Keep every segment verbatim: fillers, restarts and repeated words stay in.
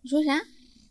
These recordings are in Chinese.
你说啥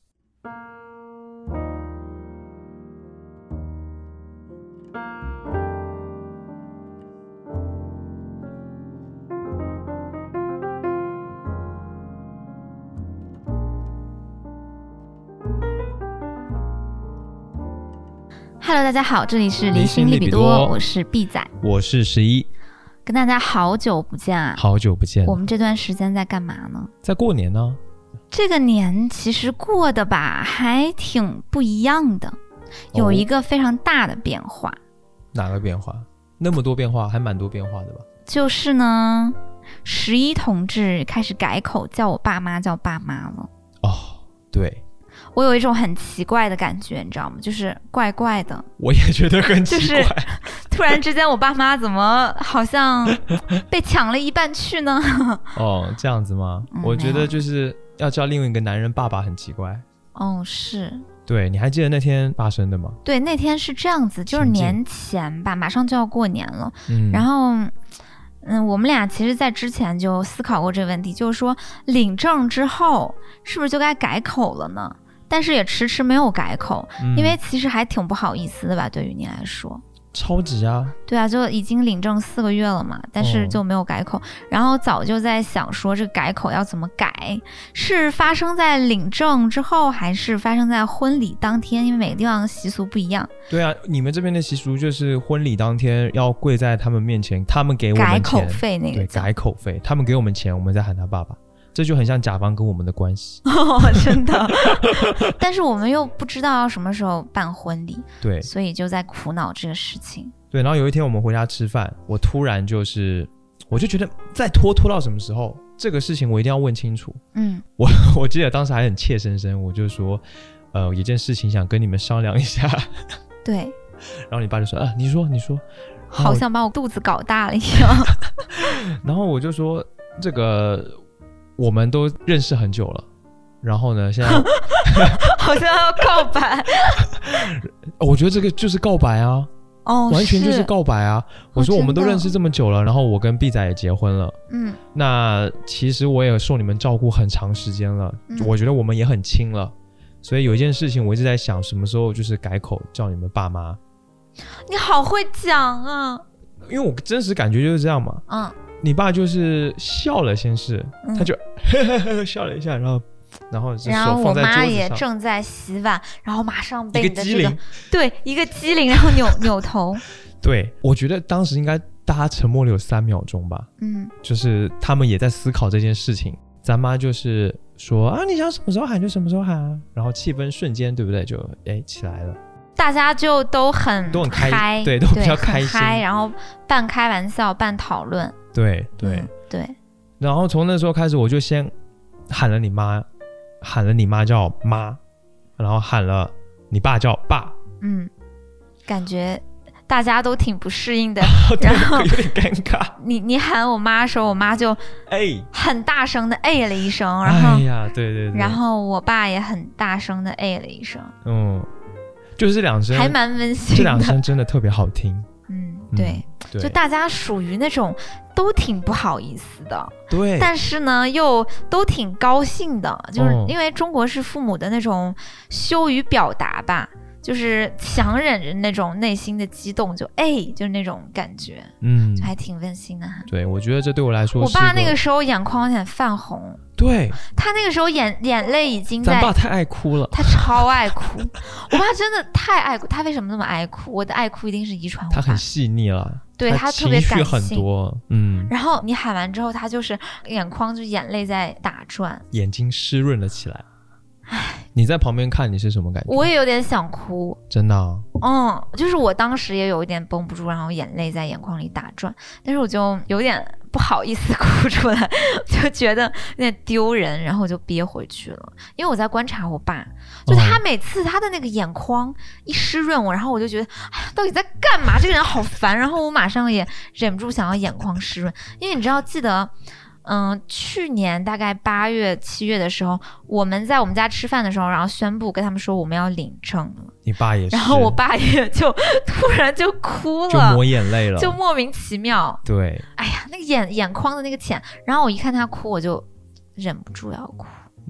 ？Hello， 大家好，这里是离心利比多，我是 B 仔， 我是十一， 跟大家好久不见啊！ 好久不见。 我们这段时间在干嘛呢？ 在过年呢。 这个年其实过的吧，还挺不一样的，有一个非常大的变化。哦、 哪个变化？那么多变化，还蛮多变化的吧？ 就是呢，十一同志开始改口叫我爸妈叫爸妈了。 哦，对。 我有一种很奇怪的感觉，你知道吗？就是怪怪的。 我也觉得很奇怪。 就是突然之间我爸妈怎么好像被抢了一半去呢？ 哦，这样子吗？嗯、我觉得就是要叫另一个男人爸爸很奇怪。 哦，是。 对，你还记得那天发生的吗？ 对，那天是这样子，就是年前吧，马上就要过年了。嗯，然后嗯，我们俩其实在之前就思考过这个问题，就是说领证之后是不是就该改口了呢？但是也迟迟没有改口、嗯、因为其实还挺不好意思的吧，对于你来说。 超级啊。对啊，就已经领证四个月了嘛，但是就没有改口、哦、然后早就在想说这个改口要怎么改，是发生在领证之后还是发生在婚礼当天，因为每个地方习俗不一样。 对啊，你们这边的习俗就是婚礼当天要跪在他们面前，他们给我们钱， 改口费那个。 对，改口费，他们给我们钱，我们再喊他爸爸，这就很像甲方跟我们的关系。 哦，真的。但是我们又不知道要什么时候办婚礼， 对， 所以就在苦恼这个事情。 对，然后有一天我们回家吃饭，我突然就是我就觉得再拖拖到什么时候，这个事情我一定要问清楚。嗯，我我记得当时还很怯生生，我就说呃有一件事情想跟你们商量一下。 对， 然后你爸就说啊你说你说， 好像把我肚子搞大了一样。 然后我就说这个我们都认识很久了，然后呢现在好像要告白。 我觉得这个就是告白啊。哦，完全就是告白啊。我说我们都认识这么久了，然后我跟 B 仔也结婚了，嗯，那其实我也受你们照顾很长时间了、嗯、我觉得我们也很亲了，所以有一件事情我一直在想什么时候就是改口叫你们爸妈。 你好会讲啊。 因为我真实感觉就是这样嘛。嗯，你爸就是笑了先是、嗯、他就呵呵呵笑了一下，然后然后然后我妈也正在洗碗，然后马上被你的这个对一个机灵，然后扭扭头。 对，我觉得当时应该大家沉默了有三秒钟吧。嗯，就是他们也在思考这件事情。咱妈就是说啊，你想什么时候喊就什么时候喊啊，然后气氛瞬间对不对就哎起来了。 大家就都很都很开， 开对，都比较开心， 然后半开玩笑半讨论。 对对、嗯、 对。 然后从那时候开始，我就先喊了你妈，喊了你妈叫妈，然后喊了你爸叫爸。嗯， 感觉大家都挺不适应的。 然后有点尴尬。你你喊我妈的时候，我妈就哎很大声的哎了一声，然后哎呀对对对， 然后我爸也很大声的哎了一声。 嗯。就是这两声还蛮温馨的， 这两声真的特别好听。 嗯，对，嗯、就大家属于那种都挺不好意思的， 对， 但是呢又都挺高兴的，就是因为中国是父母的那种羞于表达吧，就是强忍着那种内心的激动，就哎，就是那种感觉，嗯，就还挺温馨的。 对，我觉得这对我来说是， 我爸那个时候眼眶有点泛红。 对， 他那个时候眼眼泪已经在， 咱爸太爱哭了， 他超爱哭。我爸真的太爱哭，他为什么那么爱哭？我的爱哭一定是遗传我爸。 他很细腻了， 对，他特别感性， 情绪很多，嗯。 然后你喊完之后，他就是眼眶就眼泪在打转， 眼睛湿润了起来。唉，你在旁边看你是什么感觉？ 我也有点想哭， 真的、啊。 嗯，就是我当时也有一点绷不住，然后眼泪在眼眶里打转，但是我就有点不好意思哭出来，就觉得有点丢人，然后我就憋回去了。因为我在观察我爸，就他每次他的那个眼眶一湿润我，然后我就觉得哎呀，到底在干嘛？这个人好烦。然后我马上也忍不住想要眼眶湿润，因为你知道，记得。嗯，去年大概八月七月的时候，我们在我们家吃饭的时候，然后宣布跟他们说我们要领证了。 你爸也是， 然后我爸也就突然就哭了， 就抹眼泪了， 就莫名其妙。 对， 哎呀，那个眼眼眶的那个浅，然后我一看他哭，我就忍不住要哭。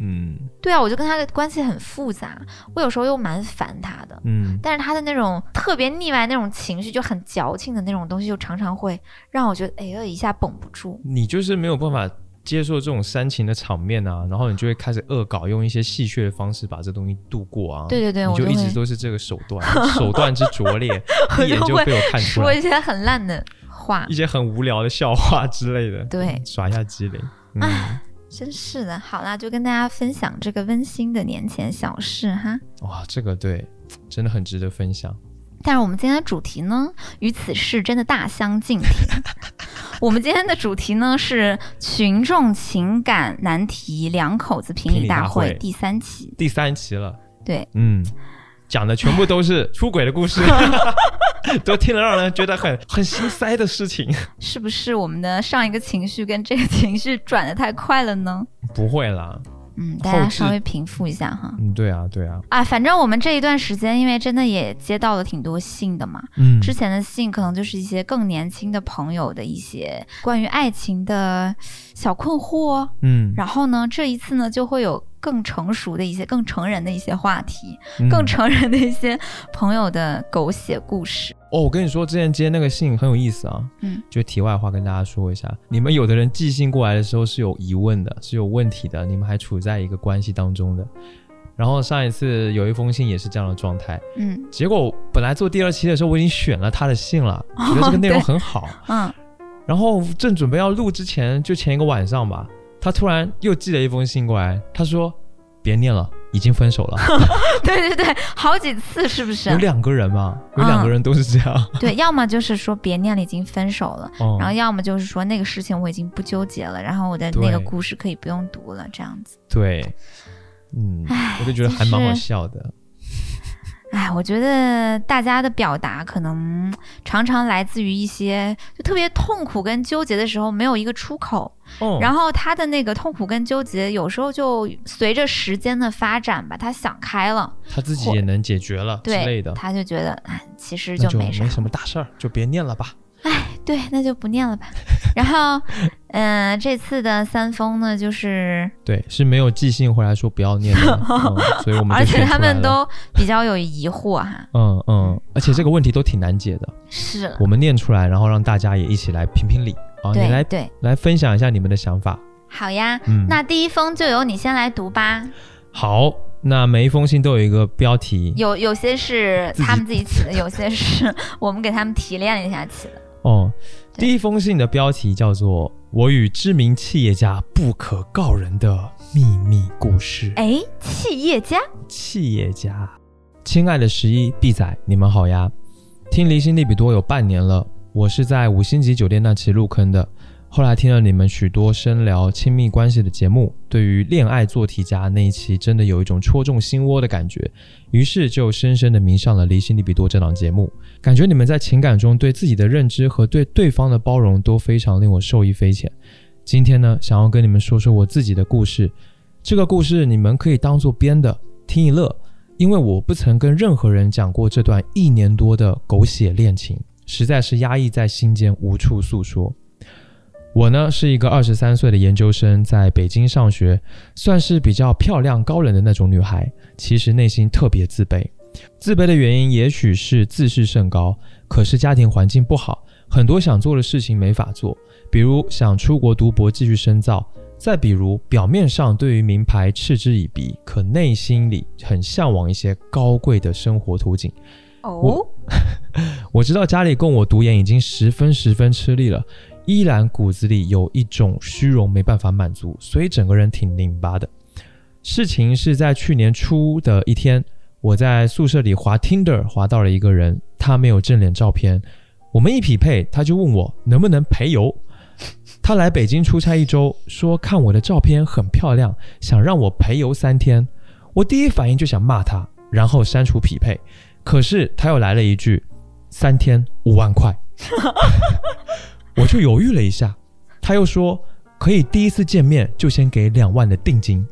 嗯， 对啊，我就跟他的关系很复杂，我有时候又蛮烦他的，嗯，但是他的那种特别腻歪那种情绪，就很矫情的那种东西，就常常会让我觉得哎呀一下绷不住。 你就是没有办法接受这种煽情的场面啊，然后你就会开始恶搞，用一些戏谑的方式把这东西度过啊。 对对对， 你就一直都是这个手段，手段之拙劣，一眼就被我看出来。 说一些很烂的话， 一些很无聊的笑话之类的， 对， 耍一下机灵。嗯、 唉，真是的。好啦，就跟大家分享这个温馨的年前小事哈。 哇，这个对，真的很值得分享。 但是我们今天的主题呢，与此事真的大相径庭。我们今天的主题呢是群众情感难题两口子评理大会第三期， 第三期了。 对， 嗯，讲的全部都是出轨的故事，都听了让人觉得很很心塞的事情。 是不是我们的上一个情绪跟这个情绪转得太快了呢？ 不会啦。 嗯，大家稍微平复一下哈。 嗯，对啊，对啊。 啊，反正我们这一段时间，因为真的也接到了挺多信的嘛。 嗯， 之前的信可能就是一些更年轻的朋友的一些关于爱情的小困惑。 嗯， 然后呢，这一次呢，就会有更成熟的一些、更成人的一些话题，嗯、更成人的一些朋友的狗血故事。 哦，我跟你说，之前接那个信很有意思啊。 嗯， 就题外话跟大家说一下，你们有的人寄信过来的时候是有疑问的，是有问题的，你们还处在一个关系当中的。然后上一次有一封信也是这样的状态， 嗯， 结果本来做第二期的时候我已经选了他的信了，哦、觉得这个内容很好， 嗯， 然后正准备要录之前，就前一个晚上吧，他突然又寄了一封信过来，他说别念了，已经分手了。 对对对，好几次是不是？ 有两个人嘛，有两个人都是这样。 嗯、对，要么就是说别念了，已经分手了， 哦、 然后要么就是说那个事情我已经不纠结了，然后我的那个故事可以不用读了，这样子。 对，嗯，我就觉得还蛮好笑的。 哎，我觉得大家的表达可能常常来自于一些就特别痛苦跟纠结的时候没有一个出口， 哦、 然后他的那个痛苦跟纠结有时候就随着时间的发展吧，他想开了， 他自己也能解决了之类的， 他就觉得哎，其实就没啥， 没什么大事儿，就别念了吧。 哎，对，那就不念了吧。然后，嗯、呃，这次的三封呢，就是对，是没有寄信回来说不要念的，嗯、所以我们就而且他们都比较有疑惑哈。 嗯嗯，而且这个问题都挺难解的。 是， 我们念出来，然后让大家也一起来评评理啊。 对， 你来对， 来分享一下你们的想法。 好呀， 嗯、 那第一封就由你先来读吧。 好。那每一封信都有一个标题， 有有些是他们自己起的，有些是我们给他们提炼一下起的。 哦，第一封信的标题叫做《我与知名企业家不可告人的秘密故事》。 哎，企业家？ 企业家，亲爱的十一、毕仔，你们好呀！听离心利比多有半年了，我是在五星级酒店那期入坑的。后来听了你们许多深聊亲密关系的节目，对于恋爱做题家那一期真的有一种戳中心窝的感觉，于是就深深的迷上了离心利比多这档节目。感觉你们在情感中对自己的认知和对对方的包容都非常令我受益匪浅。今天呢，想要跟你们说说我自己的故事，这个故事你们可以当作编的，听一乐，因为我不曾跟任何人讲过这段一年多的狗血恋情，实在是压抑在心间无处诉说。我呢是一个二十三岁的研究生，在北京上学，算是比较漂亮高冷的那种女孩，其实内心特别自卑。自卑的原因也许是自视甚高，可是家庭环境不好，很多想做的事情没法做，比如想出国读博继续深造，再比如表面上对于名牌嗤之以鼻，可内心里很向往一些高贵的生活途径。 哦， 我, 我知道家里供我读研已经十分十分吃力了，依然骨子里有一种虚荣没办法满足，所以整个人挺拧巴的。事情是在去年初的一天，我在宿舍里滑 Tinder 滑到了一个人，他没有正脸照片，我们一匹配，他就问我能不能陪游。他来北京出差一周，说看我的照片很漂亮，想让我陪游三天。我第一反应就想骂他，然后删除匹配，可是他又来了一句三天五万块。我就犹豫了一下，他又说可以第一次见面就先给两万的定金。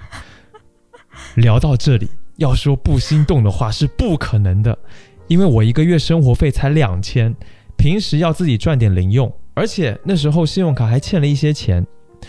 聊到这里，要说不心动的话是不可能的，因为我一个月生活费才两千，平时要自己赚点零用，而且那时候信用卡还欠了一些钱。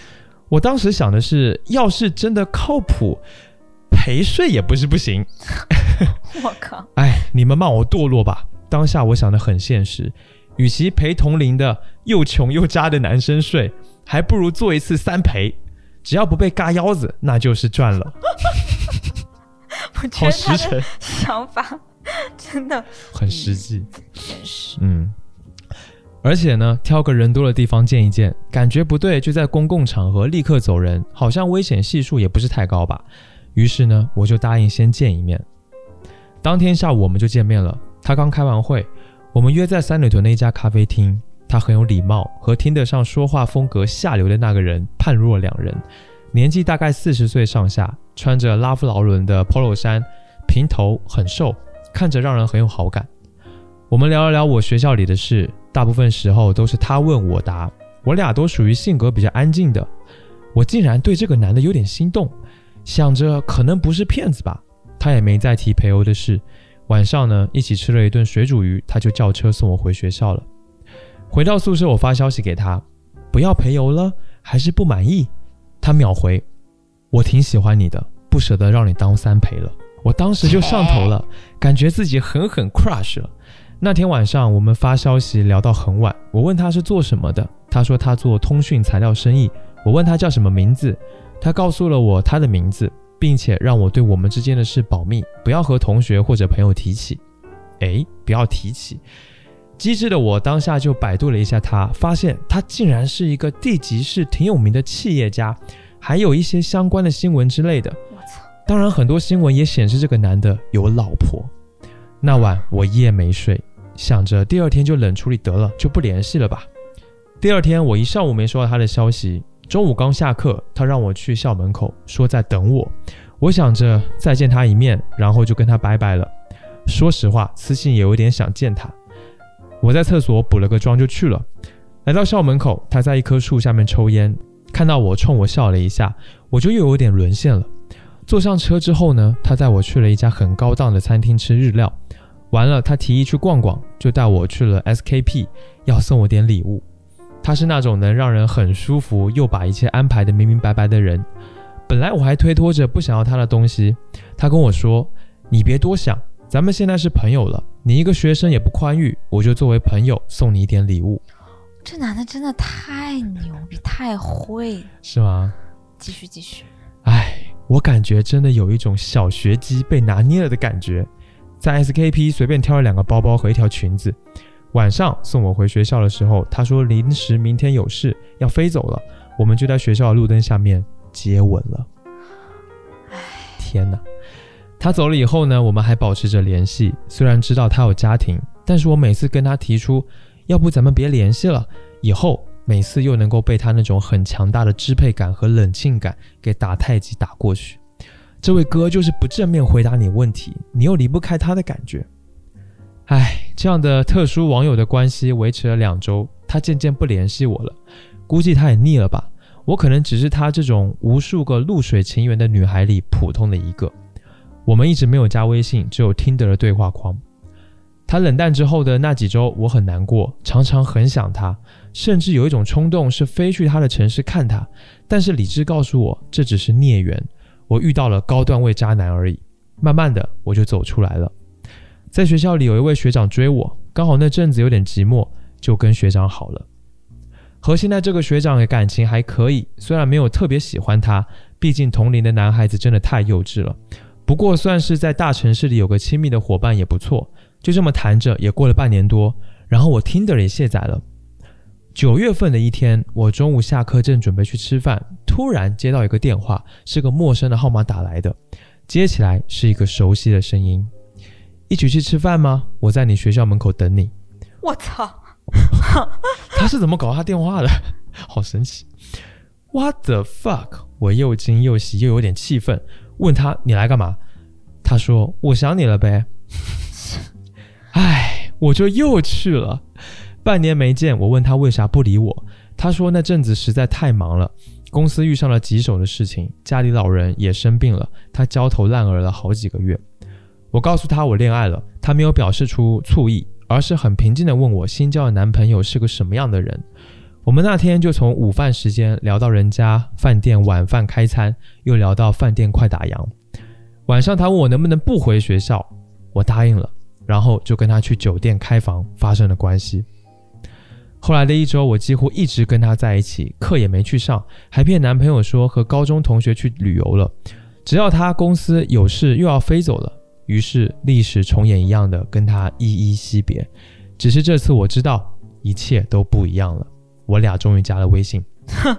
我当时想的是，要是真的靠谱，陪睡也不是不行。 我靠！ 哎，你们骂我堕落吧。当下我想得很现实，与其陪同龄的又穷又渣的男生睡，还不如做一次三陪，只要不被嘎腰子，那就是赚了。 我觉得他的想法真的很实际， 现实。 嗯，而且呢，挑个人多的地方见一见，感觉不对就在公共场合立刻走人，好像危险系数也不是太高吧。于是呢，我就答应先见一面。当天下午我们就见面了。他刚开完会，我们约在三里屯的一家咖啡厅。他很有礼貌，和听得上说话风格下流的那个人判若两人。年纪大概四十岁上下，穿着拉夫劳伦的 polo 衫，平头，很瘦，看着让人很有好感。我们聊了聊我学校里的事，大部分时候都是他问我答，我俩都属于性格比较安静的。我竟然对这个男的有点心动，想着可能不是骗子吧。他也没再提陪欧的事。晚上呢，一起吃了一顿水煮鱼，他就叫车送我回学校了。回到宿舍，我发消息给他，不要陪游了，还是不满意？他秒回，我挺喜欢你的，不舍得让你当三陪了。我当时就上头了，感觉自己狠狠 crush 了。那天晚上我们发消息聊到很晚，我问他是做什么的，他说他做通讯材料生意。我问他叫什么名字，他告诉了我他的名字，并且让我对我们之间的事保密，不要和同学或者朋友提起。诶，不要提起。机智的我当下就百度了一下他，发现他竟然是一个地级市挺有名的企业家，还有一些相关的新闻之类的。当然很多新闻也显示这个男的有老婆。那晚我一夜没睡，想着第二天就冷处理得了，就不联系了吧。第二天我一上午没收到他的消息，中午刚下课，他让我去校门口，说在等我。我想着再见他一面，然后就跟他拜拜了。说实话，私信也有点想见他。我在厕所补了个妆就去了。来到校门口，他在一棵树下面抽烟，看到我冲我笑了一下，我就又有点沦陷了。坐上车之后呢，他带我去了一家很高档的餐厅吃日料。完了，他提议去逛逛，就带我去了 S K P， 要送我点礼物。他是那种能让人很舒服又把一切安排得明明白白的人。本来我还推脱着不想要他的东西，他跟我说，你别多想，咱们现在是朋友了，你一个学生也不宽裕，我就作为朋友送你一点礼物。 这男的真的太牛逼，太会了， 是吗？ 继续继续。 哎，我感觉真的有一种小学鸡被拿捏了的感觉。在 S K P 随便挑了两个包包和一条裙子。晚上送我回学校的时候，他说临时明天有事要飞走了，我们就在学校的路灯下面接吻了。天哪！他走了以后呢，我们还保持着联系。虽然知道他有家庭，但是我每次跟他提出，要不咱们别联系了，以后每次又能够被他那种很强大的支配感和冷静感给打太极打过去。这位哥就是不正面回答你问题，你又离不开他的感觉。唉，这样的特殊网友的关系维持了两周，他渐渐不联系我了，估计他也腻了吧。我可能只是他这种无数个露水情缘的女孩里普通的一个。我们一直没有加微信，只有 Tinder 的对话框。他冷淡之后的那几周，我很难过，常常很想他，甚至有一种冲动是飞去他的城市看他，但是理智告诉我这只是孽缘，我遇到了高段位渣男而已。慢慢的我就走出来了。在学校里有一位学长追我，刚好那阵子有点寂寞，就跟学长好了。和现在这个学长的感情还可以，虽然没有特别喜欢他，毕竟同龄的男孩子真的太幼稚了，不过算是在大城市里有个亲密的伙伴也不错。就这么谈着也过了半年多，然后我 Tinder 也卸载了。九月份的一天，我中午下课正准备去吃饭，突然接到一个电话，是个陌生的号码打来的，接起来是一个熟悉的声音，一起去吃饭吗？我在你学校门口等你。 我操他是怎么搞到他电话的？好神奇。 What the fuck？ 我又惊又喜又有点气愤，问他你来干嘛？他说我想你了呗。唉，我就又去了。半年没见，我问他为啥不理我，他说那阵子实在太忙了，公司遇上了棘手的事情，家里老人也生病了，他焦头烂额了好几个月。我告诉他我恋爱了，他没有表示出醋意，而是很平静地问我新交的男朋友是个什么样的人。 我们那天就从午饭时间聊到人家饭店晚饭开餐，又聊到饭店快打烊。晚上他问我能不能不回学校，我答应了，然后就跟他去酒店开房，发生了关系。后来的一周，我几乎一直跟他在一起，课也没去上，还骗男朋友说和高中同学去旅游了，只要他公司有事又要飞走了。于是历史重演一样的跟他依依惜别，只是这次我知道一切都不一样了。我俩终于加了微信。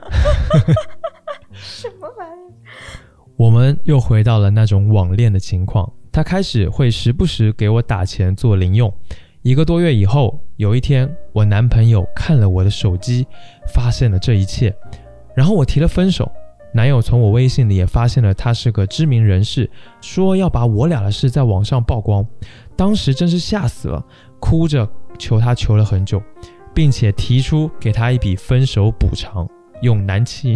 什么玩意儿？ 我们又回到了那种网恋的情况，他开始会时不时给我打钱做零用。一个多月以后，有一天我男朋友看了我的手机，发现了这一切，然后我提了分手。男友从我微信里也发现了他是个知名人士，说要把我俩的事在网上曝光。当时真是吓死了，哭着求他求了很久，并且提出给他一笔分手补偿，用男气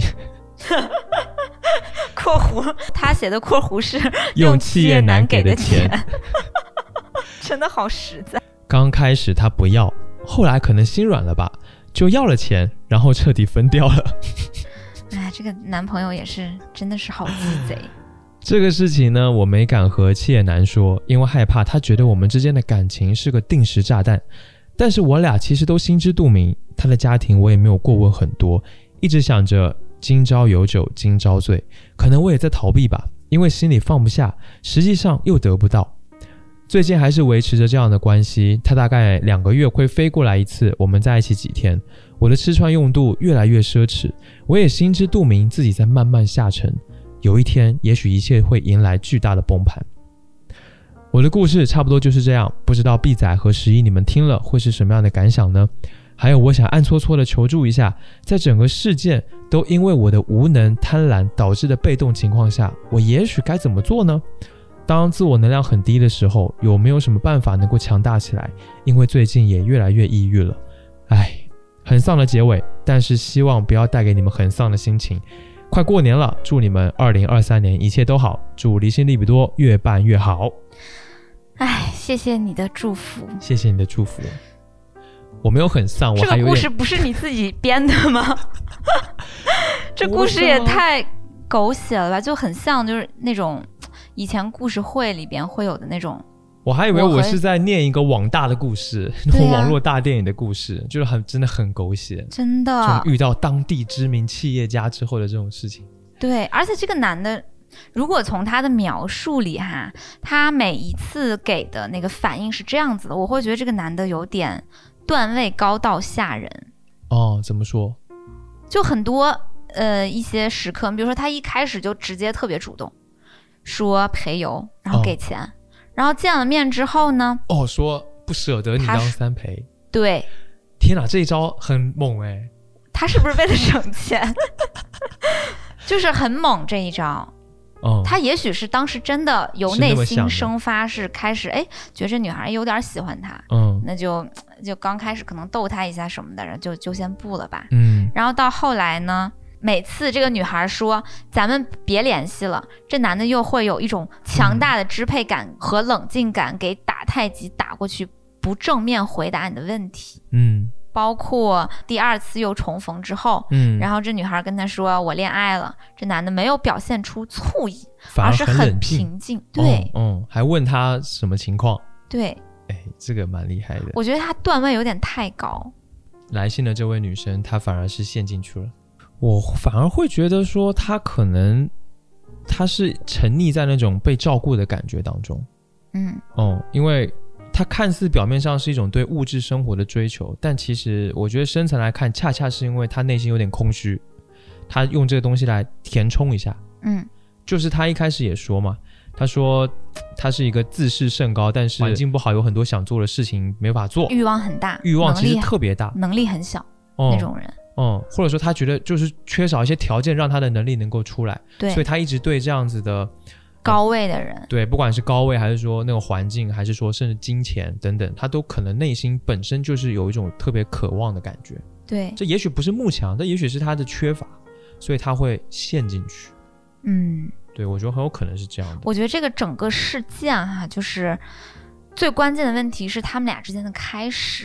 括弧他写的括弧是用企业男给的钱。 真的好实在。 刚开始他不要，后来可能心软了吧，就要了钱，然后彻底分掉了。 哎，这个男朋友也是真的是好鸡贼。 这个事情呢，我没敢和企业男说，因为害怕他觉得我们之间的感情是个定时炸弹。但是我俩其实都心知肚明，他的家庭我也没有过问很多，一直想着今朝有酒今朝醉，可能我也在逃避吧，因为心里放不下，实际上又得不到。最近还是维持着这样的关系，他大概两个月会飞过来一次，我们在一起几天。我的吃穿用度越来越奢侈，我也心知肚明自己在慢慢下沉，有一天也许一切会迎来巨大的崩盘。我的故事差不多就是这样，不知道毕仔和十一你们听了会是什么样的感想呢？还有我想暗搓搓的求助一下，在整个事件都因为我的无能贪婪导致的被动情况下，我也许该怎么做呢？当自我能量很低的时候，有没有什么办法能够强大起来？因为最近也越来越抑郁了。唉，很丧的结尾，但是希望不要带给你们很丧的心情。快过年了，祝你们二零二三年一切都好，祝离心利比多越办越好。 唉，谢谢你的祝福。 谢谢你的祝福。我没有很丧，我还有点。 这个故事不是你自己编的吗？这故事也太狗血了吧，就很像就是那种以前故事会里边会有的那种。 我还以为我是在念一个网大的故事，那种网络大电影的故事，就是很真的很狗血， 真的。 这种遇到当地知名企业家之后的这种事情。 对，而且这个男的，如果从他的描述里哈，他每一次给的那个反应是这样子的，我会觉得这个男的有点段位高到吓人。 哦，怎么说？ 就很多呃一些时刻，比如说他一开始就直接特别主动，说陪游，然后给钱。哦，然后见了面之后呢？哦， 说不舍得你当三陪。 对， 天哪，这一招很猛哎！ 他是不是为了省钱？就是很猛这一招。哦，他也许是当时真的由内心生发，是开始哎觉得这女孩有点喜欢他，嗯，那就就刚开始可能逗他一下什么的，然后就就先不了吧，嗯，然后到后来呢？每次这个女孩说咱们别联系了，这男的又会有一种强大的支配感和冷静感，给打太极打过去，不正面回答你的问题。嗯，包括第二次又重逢之后，嗯，然后这女孩跟他说我恋爱了，这男的没有表现出醋意， 反而是很平静。对， 嗯，还问他什么情况。 对， 哎，这个蛮厉害的。 我觉得他段位有点太高。 来信的这位女生，她反而是陷进去了。我反而会觉得说他可能他是沉溺在那种被照顾的感觉当中。嗯，哦，因为他看似表面上是一种对物质生活的追求，但其实我觉得深层来看，恰恰是因为他内心有点空虚，他用这个东西来填充一下。嗯，就是他一开始也说嘛，他说他是一个自视甚高，但是环境不好，有很多想做的事情没法做， 欲望很大， 欲望其实特别大， 能力很小、哦、那种人。 嗯，或者说他觉得就是缺少一些条件让他的能力能够出来，对，所以他一直对这样子的高位的人、嗯、 对，不管是高位还是说那个环境，还是说甚至金钱等等，他都可能内心本身就是有一种特别渴望的感觉。 对， 这也许不是慕强，这也许是他的缺乏，所以他会陷进去。嗯，对，我觉得很有可能是这样的。 我觉得这个整个事件哈、啊，就是最关键的问题是他们俩之间的开始。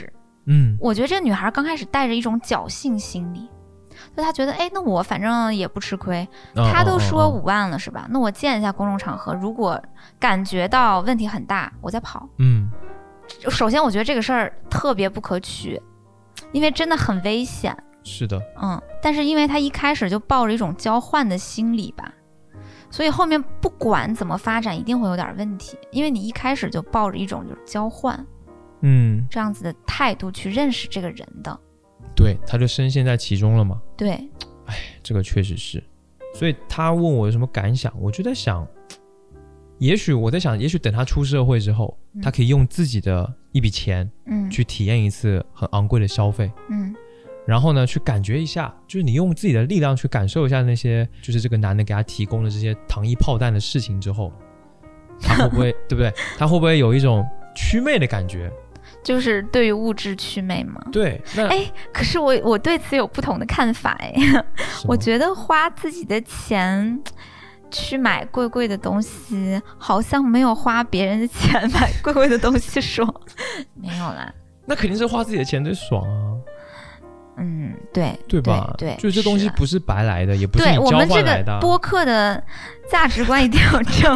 嗯，我觉得这个女孩刚开始带着一种侥幸心理，就她觉得，哎，那我反正也不吃亏，她都说五万了是吧？那我见一下公众场合，如果感觉到问题很大，我再跑。嗯，首先我觉得这个事儿特别不可取，因为真的很危险。 是的， 嗯，但是因为她一开始就抱着一种交换的心理吧，所以后面不管怎么发展，一定会有点问题，因为你一开始就抱着一种就是交换，嗯，这样子的态度去认识这个人的。 对，他就深陷在其中了嘛。 对， 哎，这个确实是。所以他问我有什么感想，我就在想，也许我在想，也许等他出社会之后，嗯、他可以用自己的一笔钱，嗯，去体验一次很昂贵的消费，嗯。然后呢，去感觉一下，就是你用自己的力量去感受一下那些，就是这个男的给他提供的这些糖衣炮弹的事情之后，他会不会，对不对？他会不会有一种祛魅的感觉？ 就是对于物质祛魅吗？ 对。 哎，可是我我对此有不同的看法哎。我觉得花自己的钱去买贵贵的东西，好像没有花别人的钱买贵贵的东西爽。没有啦。 那肯定是花自己的钱最爽啊。 嗯，对， 对吧？ 对， 就是这东西不是白来的，也不是你交换来的。 对，我们这个播客的价值观一定要正。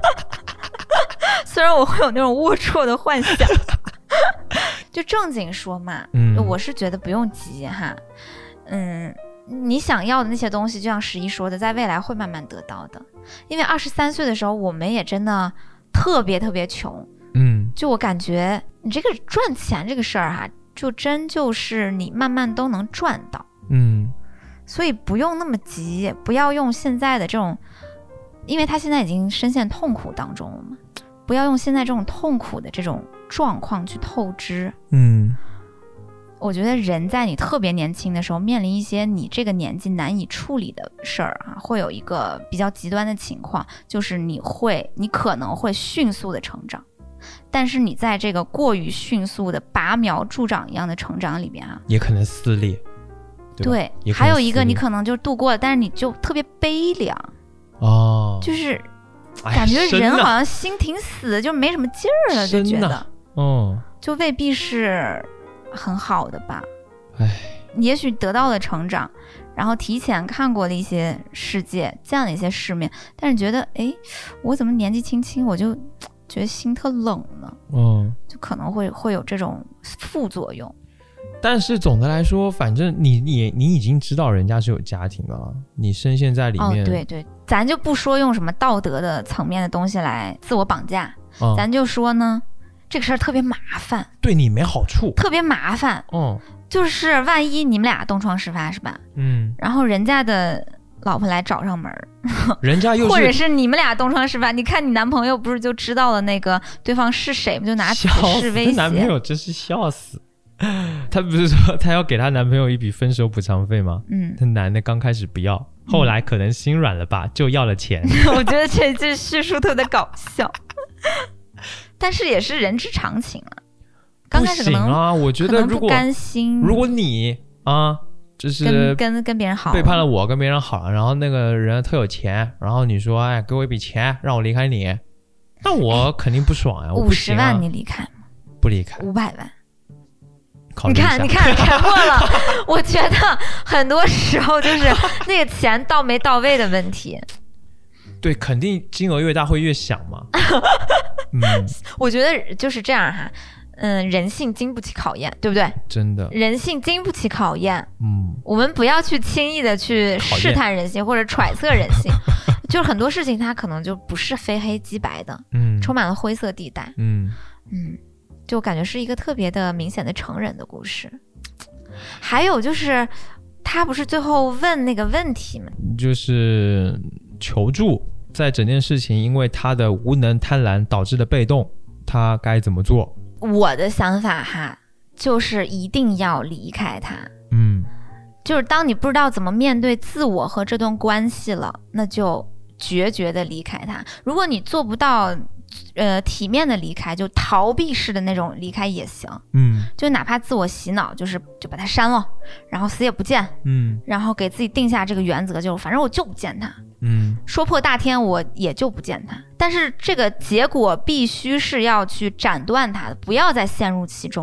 虽然我会有那种龌龊的幻想，就正经说嘛，嗯，我是觉得不用急哈。嗯，你想要的那些东西，就像十一说的，在未来会慢慢得到的。因为二十三岁的时候，我们也真的特别特别穷。嗯，就我感觉你这个赚钱这个事儿哈。就真就是你慢慢都能赚到，嗯，所以不用那么急，不要用现在的这种，因为他现在已经深陷痛苦当中了嘛，不要用现在这种痛苦的这种状况去透支，嗯，我觉得人在你特别年轻的时候，面临一些你这个年纪难以处理的事儿啊，会有一个比较极端的情况，就是你会，你可能会迅速的成长。但是你在这个过于迅速的拔苗助长一样的成长里边啊， 也可能撕裂。 对，对，还有一个你可能就度过了，但是你就特别悲凉哦，就是感觉人好像心挺死，就没什么劲儿了，就觉得哦，就未必是很好的吧。哎，也许得到了成长，然后提前看过了一些世界，见了一些世面，但是觉得哎，我怎么年纪轻轻我就觉得心特冷呢，嗯，就可能会会有这种副作用。 但是总的来说，反正你你你已经知道人家是有家庭的了，你深陷在里面。 哦，对对，咱就不说用什么道德的层面的东西来自我绑架，嗯、咱就说呢，这个事儿特别麻烦， 对你没好处， 特别麻烦。嗯，就是万一你们俩东窗事发是吧？嗯，然后人家的老婆来找上门， 人家又是， 或者是你们俩东窗事发，你看你男朋友不是就知道了那个对方是谁吗？就拿此事威胁。 男朋友真是笑死。她不是说她要给她男朋友一笔分手补偿费吗？嗯，那男的刚开始不要，后来可能心软了吧，就要了钱。 我觉得这句叙述特别搞笑，但是也是人之常情啊。刚开始可能不行啊，我觉得如果不甘心， 如果你啊。就是跟跟跟别人好， 背叛了我，跟别人好，然后那个人特有钱，然后你说哎，给我一笔钱让我离开你，那我肯定不爽呀。 五十万你离开吗？ 不离开。 五百万，你看你看沉默了。我觉得很多时候就是那个钱到没到位的问题。 对，肯定金额越大会越想嘛。嗯， 我觉得就是这样哈。嗯，人性经不起考验，对不对？ 真的， 人性经不起考验。嗯，我们不要去轻易的去试探人性或者揣测人性，就是很多事情它可能就不是非黑即白的，嗯，充满了灰色地带。嗯嗯，就感觉是一个特别的明显的成人的故事。还有就是他不是最后问那个问题吗？ 就是求助，在整件事情因为他的无能贪婪导致的被动，他该怎么做？ 我的想法哈，就是一定要离开他。嗯，就是当你不知道怎么面对自我和这段关系了，那就决绝的离开他。如果你做不到呃体面的离开，就逃避式的那种离开也行。嗯，就哪怕自我洗脑，就是就把他删了，然后死也不见。嗯，然后给自己定下这个原则，就是反正我就不见他。嗯，说破大天我也就不见他，但是这个结果必须是要去斩断他的，不要再陷入其中了。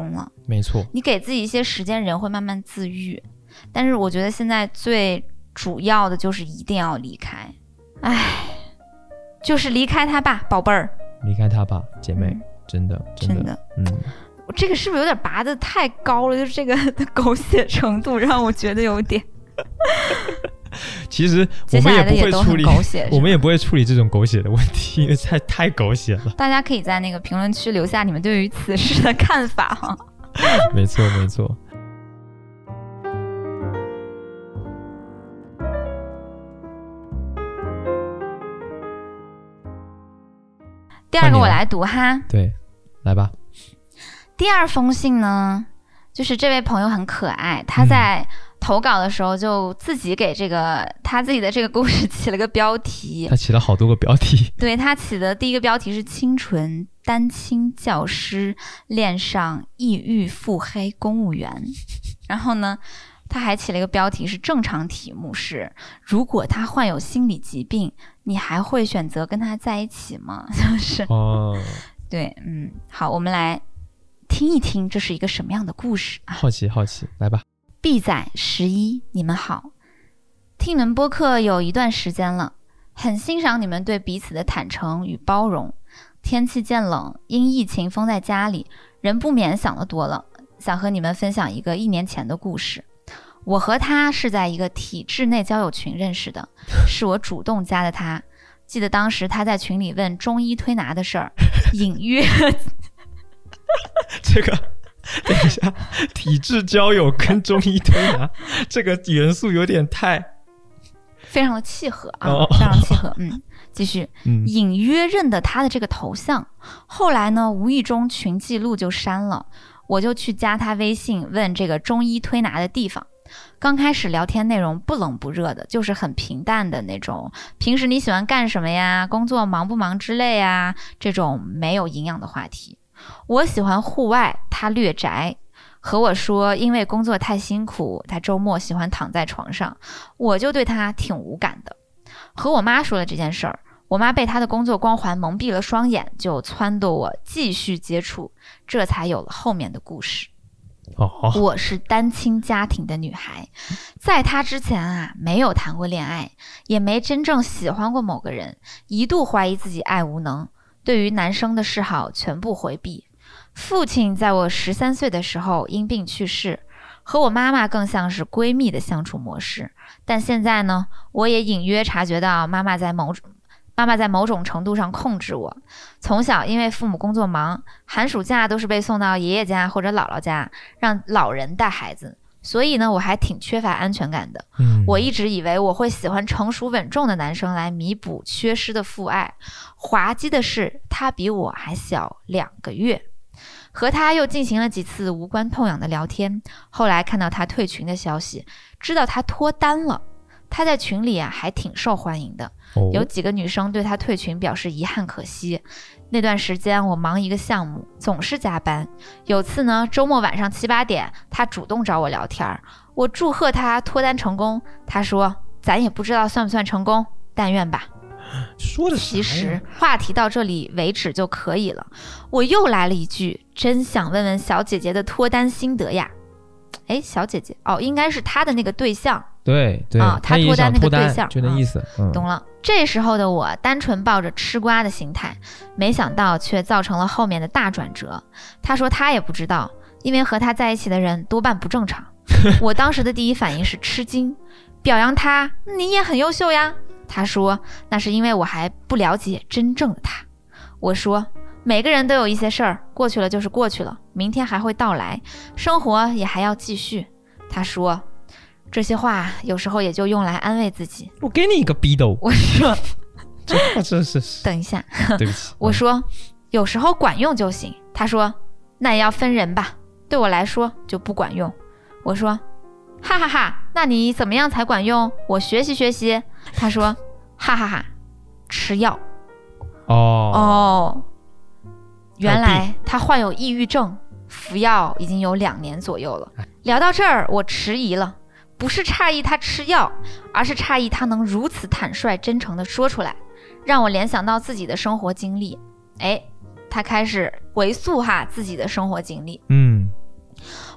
没错， 你给自己一些时间，人会慢慢自愈。但是我觉得现在最主要的就是一定要离开，唉，就是离开他吧，宝贝儿， 离开他吧，姐妹，嗯、真的， 真的，真的， 嗯。 这个是不是有点拔得太高了？就是这个的狗血程度让我觉得有点。 其实我们也不会处理， 也我们也不会处理这种狗血的问题，因为太太狗血了。 大家可以在那个评论区留下你们对于此事的看法哈。 没错，没错。 第二个我来读哈。 对，来吧。 第二封信呢，就是这位朋友很可爱，他在投稿的时候就自己给这个、嗯、他自己的这个故事起了个标题， 他起了好多个标题。 对，他起的第一个标题是清纯单亲教师恋上抑郁腹黑公务员，然后呢他还起了一个标题是正常题目是如果他患有心理疾病你还会选择跟他在一起吗？就是哦， 对，嗯，好，我们来听一听这是一个什么样的故事啊？ 好奇好奇，来吧。 B 仔十一，你们好，听你们播客有一段时间了，很欣赏你们对彼此的坦诚与包容。天气渐冷，因疫情封在家里，人不免想得多了，想和你们分享一个一年前的故事。我和他是在一个体制内交友群认识的，是我主动加的他。记得当时他在群里问中医推拿的事儿，隐约这个等一下，体质交友跟中医推拿这个元素有点太非常的契合啊、哦、非常契合。嗯，继续、嗯、隐约认得他的这个头像，后来呢无意中群记录就删了，我就去加他微信问这个中医推拿的地方。刚开始聊天内容不冷不热的，就是很平淡的那种，平时你喜欢干什么呀，工作忙不忙之类啊，这种没有营养的话题。我喜欢户外，他略宅，和我说因为工作太辛苦，他周末喜欢躺在床上，我就对他挺无感的。和我妈说了这件事儿，我妈被他的工作光环蒙蔽了双眼，就撺掇我继续接触，这才有了后面的故事。 哦， 我是单亲家庭的女孩，在他之前啊，没有谈过恋爱，也没真正喜欢过某个人，一度怀疑自己爱无能，对于男生的示好全部回避。父亲在我十三岁的时候因病去世，和我妈妈更像是闺蜜的相处模式。但现在呢，我也隐约察觉到妈妈在某种妈妈在某种程度上控制我。从小因为父母工作忙，寒暑假都是被送到爷爷家或者姥姥家，让老人带孩子，所以呢，我还挺缺乏安全感的。 嗯， 我一直以为我会喜欢成熟稳重的男生来弥补缺失的父爱。滑稽的是，他比我还小两个月。和他又进行了几次无关痛痒的聊天，后来看到他退群的消息，知道他脱单了。他在群里啊还挺受欢迎的，有几个女生对他退群表示遗憾可惜。那段时间我忙一个项目，总是加班。有次呢，周末晚上七八点，他主动找我聊天，我祝贺他脱单成功。他说咱也不知道算不算成功，但愿吧。 说的其实话题到这里为止就可以了。我又来了一句，真想问问小姐姐的脱单心得呀。哎，小姐姐哦，应该是他的那个对象。 对对、 啊、他脱单那个对象， 就那意思、嗯、 懂了。这时候的我单纯抱着吃瓜的心态，没想到却造成了后面的大转折。他说他也不知道，因为和他在一起的人多半不正常。我当时的第一反应是吃惊，表扬他，你也很优秀呀。他说那是因为我还不了解真正的他。我说每个人都有一些事儿，过去了就是过去了，明天还会到来，生活也还要继续。他说这些话有时候也就用来安慰自己。 我给你一个逼斗。 我说这话真是等一下， 对不起。 我说有时候管用就行。他说那也要分人吧，对我来说就不管用。我说哈哈哈，那你怎么样才管用？我学习学习。他说哈哈哈，吃药。 哦哦，原来他患有抑郁症，服药已经有两年左右了。聊到这儿我迟疑了，不是诧异他吃药，而是诧异他能如此坦率真诚地说出来，让我联想到自己的生活经历。哎，他开始回溯哈自己的生活经历。 嗯，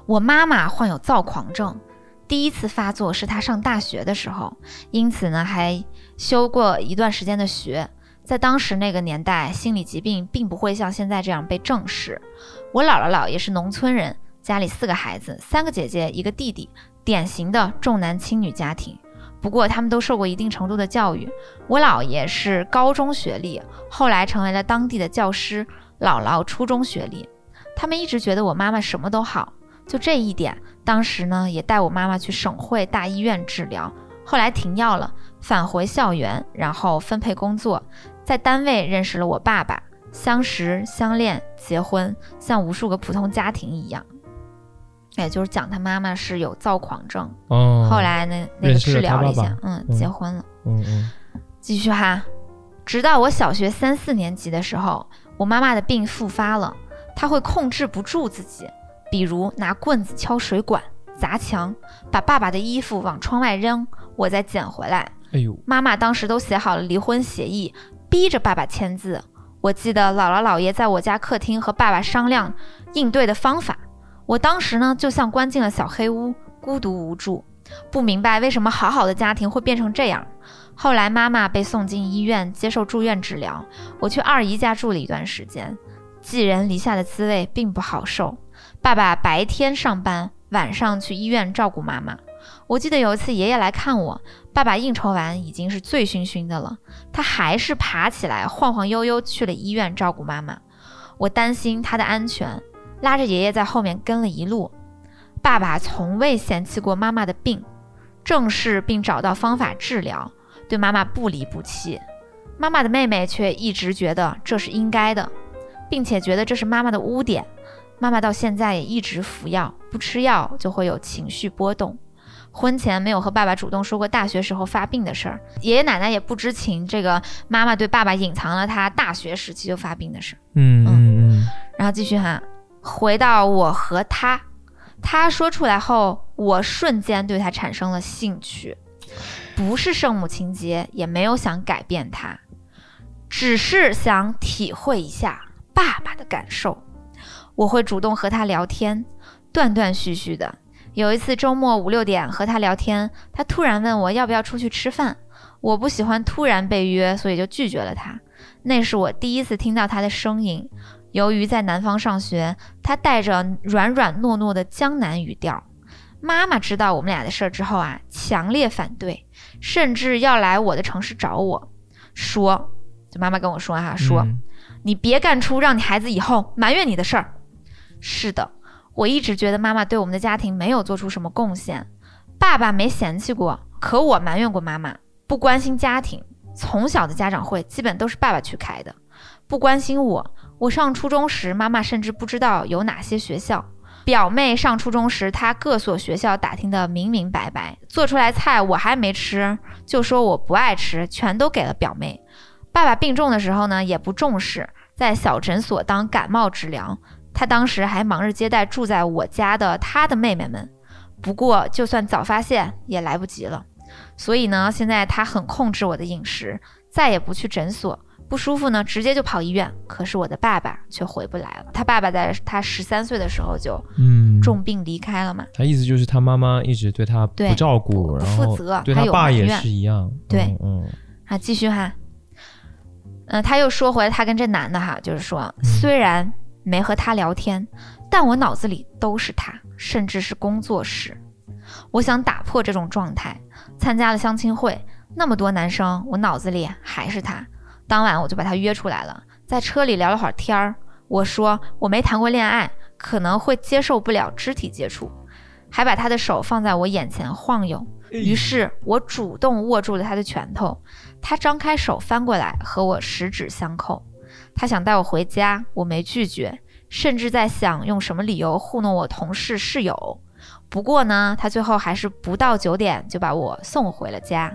我妈妈患有躁狂症，第一次发作是她上大学的时候，因此呢还修过一段时间的学。在当时那个年代，心理疾病并不会像现在这样被正视。我姥姥姥爷是农村人，家里四个孩子，三个姐姐一个弟弟，典型的重男轻女家庭。不过他们都受过一定程度的教育，我姥爷是高中学历，后来成为了当地的教师，姥姥初中学历。他们一直觉得我妈妈什么都好，就这一点，当时呢也带我妈妈去省会大医院治疗，后来停药了，返回校园，然后分配工作，在单位认识了我爸爸，相识相恋结婚，像无数个普通家庭一样。也就是讲他妈妈是有躁狂症，哦、后来呢那个治疗了一下，爸爸嗯，结婚了， 嗯嗯， 继续哈，直到我小学三四年级的时候，我妈妈的病复发了，她会控制不住自己，比如拿棍子敲水管、砸墙，把爸爸的衣服往窗外扔，我再捡回来。 哎呦， 妈妈当时都写好了离婚协议，逼着爸爸签字。我记得姥姥姥爷在我家客厅和爸爸商量应对的方法。我当时呢就像关进了小黑屋，孤独无助，不明白为什么好好的家庭会变成这样。后来妈妈被送进医院接受住院治疗，我去二姨家住了一段时间，寄人篱下的滋味并不好受。爸爸白天上班，晚上去医院照顾妈妈。我记得有一次爷爷来看我，爸爸应酬完已经是醉醺醺的了，他还是爬起来晃晃悠悠去了医院照顾妈妈。我担心他的安全，拉着爷爷在后面跟了一路。爸爸从未嫌弃过妈妈的病，正视并找到方法治疗，对妈妈不离不弃。妈妈的妹妹却一直觉得这是应该的，并且觉得这是妈妈的污点。妈妈到现在也一直服药，不吃药就会有情绪波动。婚前没有和爸爸主动说过大学时候发病的事儿，爷爷奶奶也不知情，这个妈妈对爸爸隐藏了他大学时期就发病的事。 嗯嗯嗯。 然后继续哈，回到我和他，他说出来后，我瞬间对他产生了兴趣，不是圣母情节，也没有想改变他，只是想体会一下爸爸的感受。我会主动和他聊天，断断续续的。有一次周末五六点和他聊天，他突然问我要不要出去吃饭，我不喜欢突然被约，所以就拒绝了他。那是我第一次听到他的声音，由于在南方上学，他带着软软糯糯的江南语调。妈妈知道我们俩的事之后啊，强烈反对，甚至要来我的城市找我，说，就妈妈跟我说哈，说、嗯、你别干出让你孩子以后埋怨你的事儿。是的，我一直觉得妈妈对我们的家庭没有做出什么贡献，爸爸没嫌弃过，可我埋怨过妈妈不关心家庭，从小的家长会基本都是爸爸去开的，不关心我。我上初中时，妈妈甚至不知道有哪些学校，表妹上初中时，她各所学校打听得明明白白，做出来菜我还没吃，就说我不爱吃，全都给了表妹。爸爸病重的时候呢，也不重视，在小诊所当感冒治疗，他当时还忙着接待住在我家的他的妹妹们，不过就算早发现也来不及了。所以呢，现在他很控制我的饮食，再也不去诊所，不舒服呢直接就跑医院。可是我的爸爸却回不来了，他爸爸在他十三岁的时候就重病离开了嘛、嗯、 他意思就是他妈妈一直对他不照顾， 不负责， 对他爸也是一样。 对， 嗯嗯， 啊，继续哈，嗯、呃，他又说回他跟这男的哈，就是说、嗯、虽然没和他聊天，但我脑子里都是他，甚至是工作室。我想打破这种状态，参加了相亲会，那么多男生，我脑子里还是他。当晚我就把他约出来了，在车里聊了会儿天儿。我说我没谈过恋爱，可能会接受不了肢体接触，还把他的手放在我眼前晃悠。于是我主动握住了他的拳头，他张开手翻过来和我十指相扣。他想带我回家，我没拒绝，甚至在想用什么理由糊弄我同事室友。不过呢，他最后还是不到九点就把我送回了家。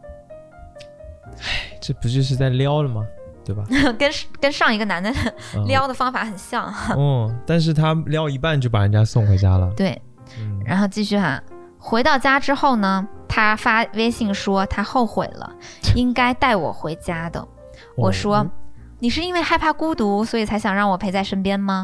唉，这不就是在撩了吗？对吧？ 跟跟上一个男的撩的方法很像。 哦，但是他撩一半就把人家送回家了。 对，嗯、然后继续哈。回到家之后呢，他发微信说他后悔了，应该带我回家的。我说、哦、你是因为害怕孤独，所以才想让我陪在身边吗？他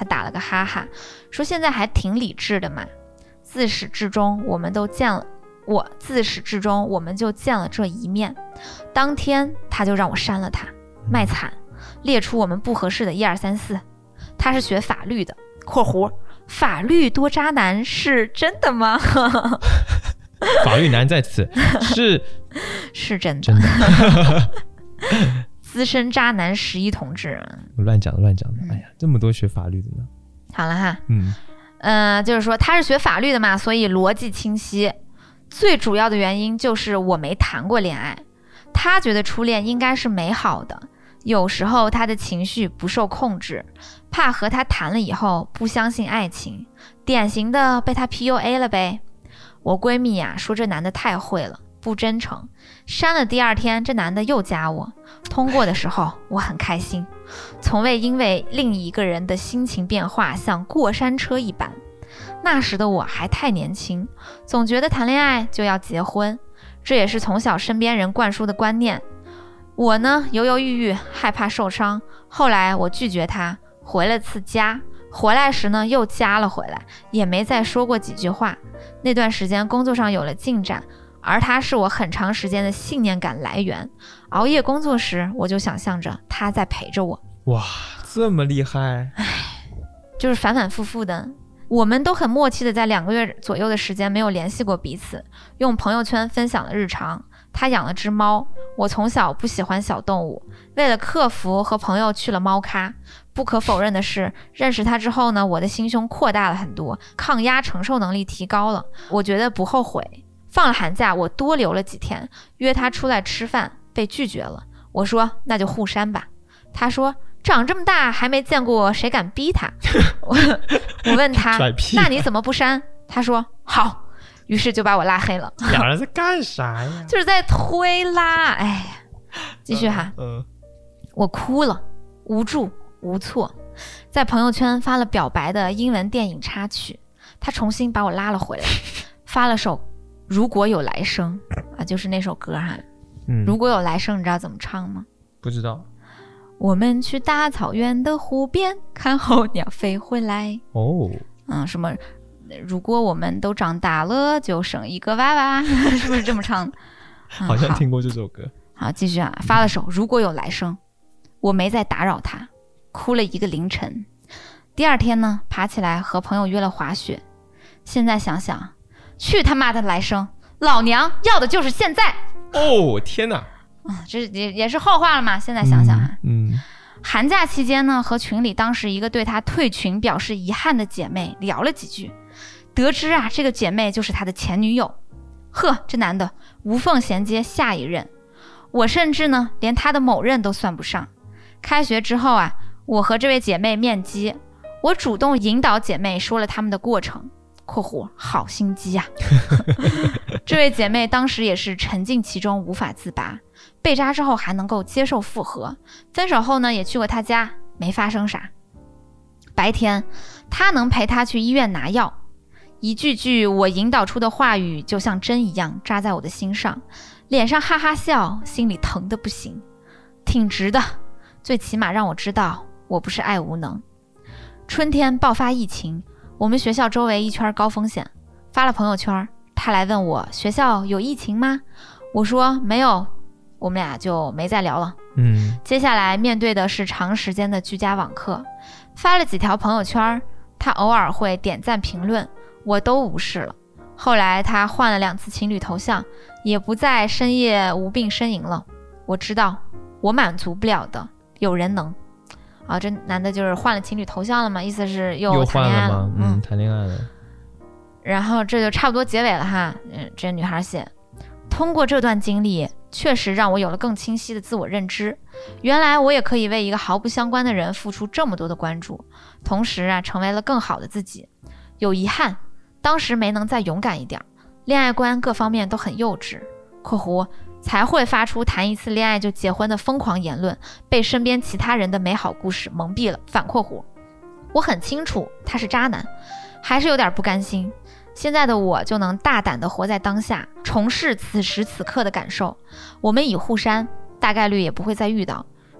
他打了个哈哈，说现在还挺理智的嘛。自始至终我们都见了我自始至终我们就见了这一面。当天他就让我删了他，卖惨，列出我们不合适的一二三四。他是学法律的（括弧法律多渣男是真的吗？ 法律男在此是是真的， 真的。 资深渣男十一同志， 乱讲的乱讲的、嗯、哎呀，这么多学法律的呢。 好了哈， 嗯呃，就是说他是学法律的嘛，所以逻辑清晰。最主要的原因就是我没谈过恋爱，他觉得初恋应该是美好的，有时候他的情绪不受控制，怕和他谈了以后不相信爱情，典型的被他 P U A 了呗。我闺蜜呀、啊、说这男的太会了，不真诚。删了第二天，这男的又加我，通过的时候我很开心，从未因为另一个人的心情变化像过山车一般。那时的我还太年轻，总觉得谈恋爱就要结婚，这也是从小身边人灌输的观念。我呢犹犹豫豫，害怕受伤，后来我拒绝他，回了次家，回来时呢又加了回来，也没再说过几句话。那段时间工作上有了进展，而他是我很长时间的信念感来源。熬夜工作时，我就想象着他在陪着我。 哇，这么厉害！ 唉，就是反反复复的。我们都很默契的在两个月左右的时间没有联系过彼此，用朋友圈分享了日常。他养了只猫，我从小不喜欢小动物，为了克服和朋友去了猫咖。不可否认的是，认识他之后呢，我的心胸扩大了很多，抗压承受能力提高了，我觉得不后悔。放了寒假我多留了几天，约他出来吃饭，被拒绝了。我说那就互删吧。他说长这么大还没见过谁敢逼他。我, 我问他那你怎么不删？他说好，于是就把我拉黑了。 两人在干啥呀？ 就是在推拉。哎呀，继续哈。 嗯、呃， 我哭了，无助无措，在朋友圈发了表白的英文电影插曲。他重新把我拉了回来，发了首如果有来生啊，就是那首歌哈。嗯，如果有来生，你知道怎么唱吗？ 不知道。 我们去大草原的湖边看候鸟飞回来。 哦， 嗯，什么？如果我们都长大了，就生一个娃娃，是不是这么唱的？ 嗯、好像听过这首歌。 好，好继续啊，发了首如果有来生，我没再打扰他，哭了一个凌晨。第二天呢，爬起来和朋友约了滑雪。现在想想，去他妈的来生，老娘要的就是现在。 哦，天哪！ 嗯，这也也是后话了嘛。现在想想啊， 嗯，嗯寒假期间呢，和群里当时一个对他退群表示遗憾的姐妹聊了几句，得知啊，这个姐妹就是他的前女友。呵，这男的无缝衔接下一任，我甚至呢连他的某任都算不上。开学之后啊，我和这位姐妹面基，我主动引导姐妹说了他们的过程。括弧好心机啊。这位姐妹当时也是沉浸其中无法自拔，被渣之后还能够接受复合，分手后呢也去过他家，没发生啥。白天他能陪他去医院拿药，一句句我引导出的话语就像针一样扎在我的心上，脸上哈哈笑，心里疼得不行。挺直的，最起码让我知道我不是爱无能。春天爆发疫情，我们学校周围一圈高风险，发了朋友圈，他来问我学校有疫情吗？我说没有，我们俩就没再聊了。 嗯， 接下来面对的是长时间的居家网课，发了几条朋友圈，他偶尔会点赞评论，我都无视了。后来他换了两次情侣头像，也不再深夜无病呻吟了。我知道我满足不了的，有人能。啊，这男的就是换了情侣头像了嘛，意思是又谈恋爱了， 又换了吗？嗯，谈恋爱了。 然后这就差不多结尾了哈。嗯，这女孩写，通过这段经历，确实让我有了更清晰的自我认知。原来我也可以为一个毫不相关的人付出这么多的关注，同时啊，成为了更好的自己。有遗憾，当时没能再勇敢一点，恋爱观各方面都很幼稚。括弧才会发出谈一次恋爱就结婚的疯狂言论，被身边其他人的美好故事蒙蔽了。反括弧，我很清楚他是渣男，还是有点不甘心。现在的我就能大胆地活在当下，重视此时此刻的感受。我们已互删，大概率也不会再遇到。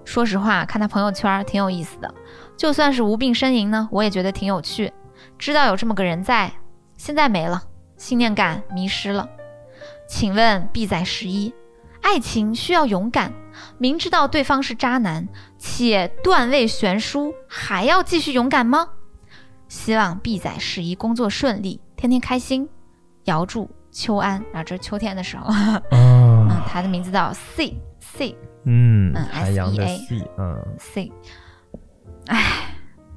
说实话，看他朋友圈挺有意思的，就算是无病呻吟呢，我也觉得挺有趣。知道有这么个人在，现在没了，信念感迷失了。请问 B 仔十一，爱情需要勇敢，明知道对方是渣男，且段位悬殊，还要继续勇敢吗？希望 B 仔十一工作顺利，天天开心。遥祝秋安，然后这是秋天的时候。哦、嗯，他的名字叫 C C， 嗯，嗯海洋的 C， 嗯 C， 哎，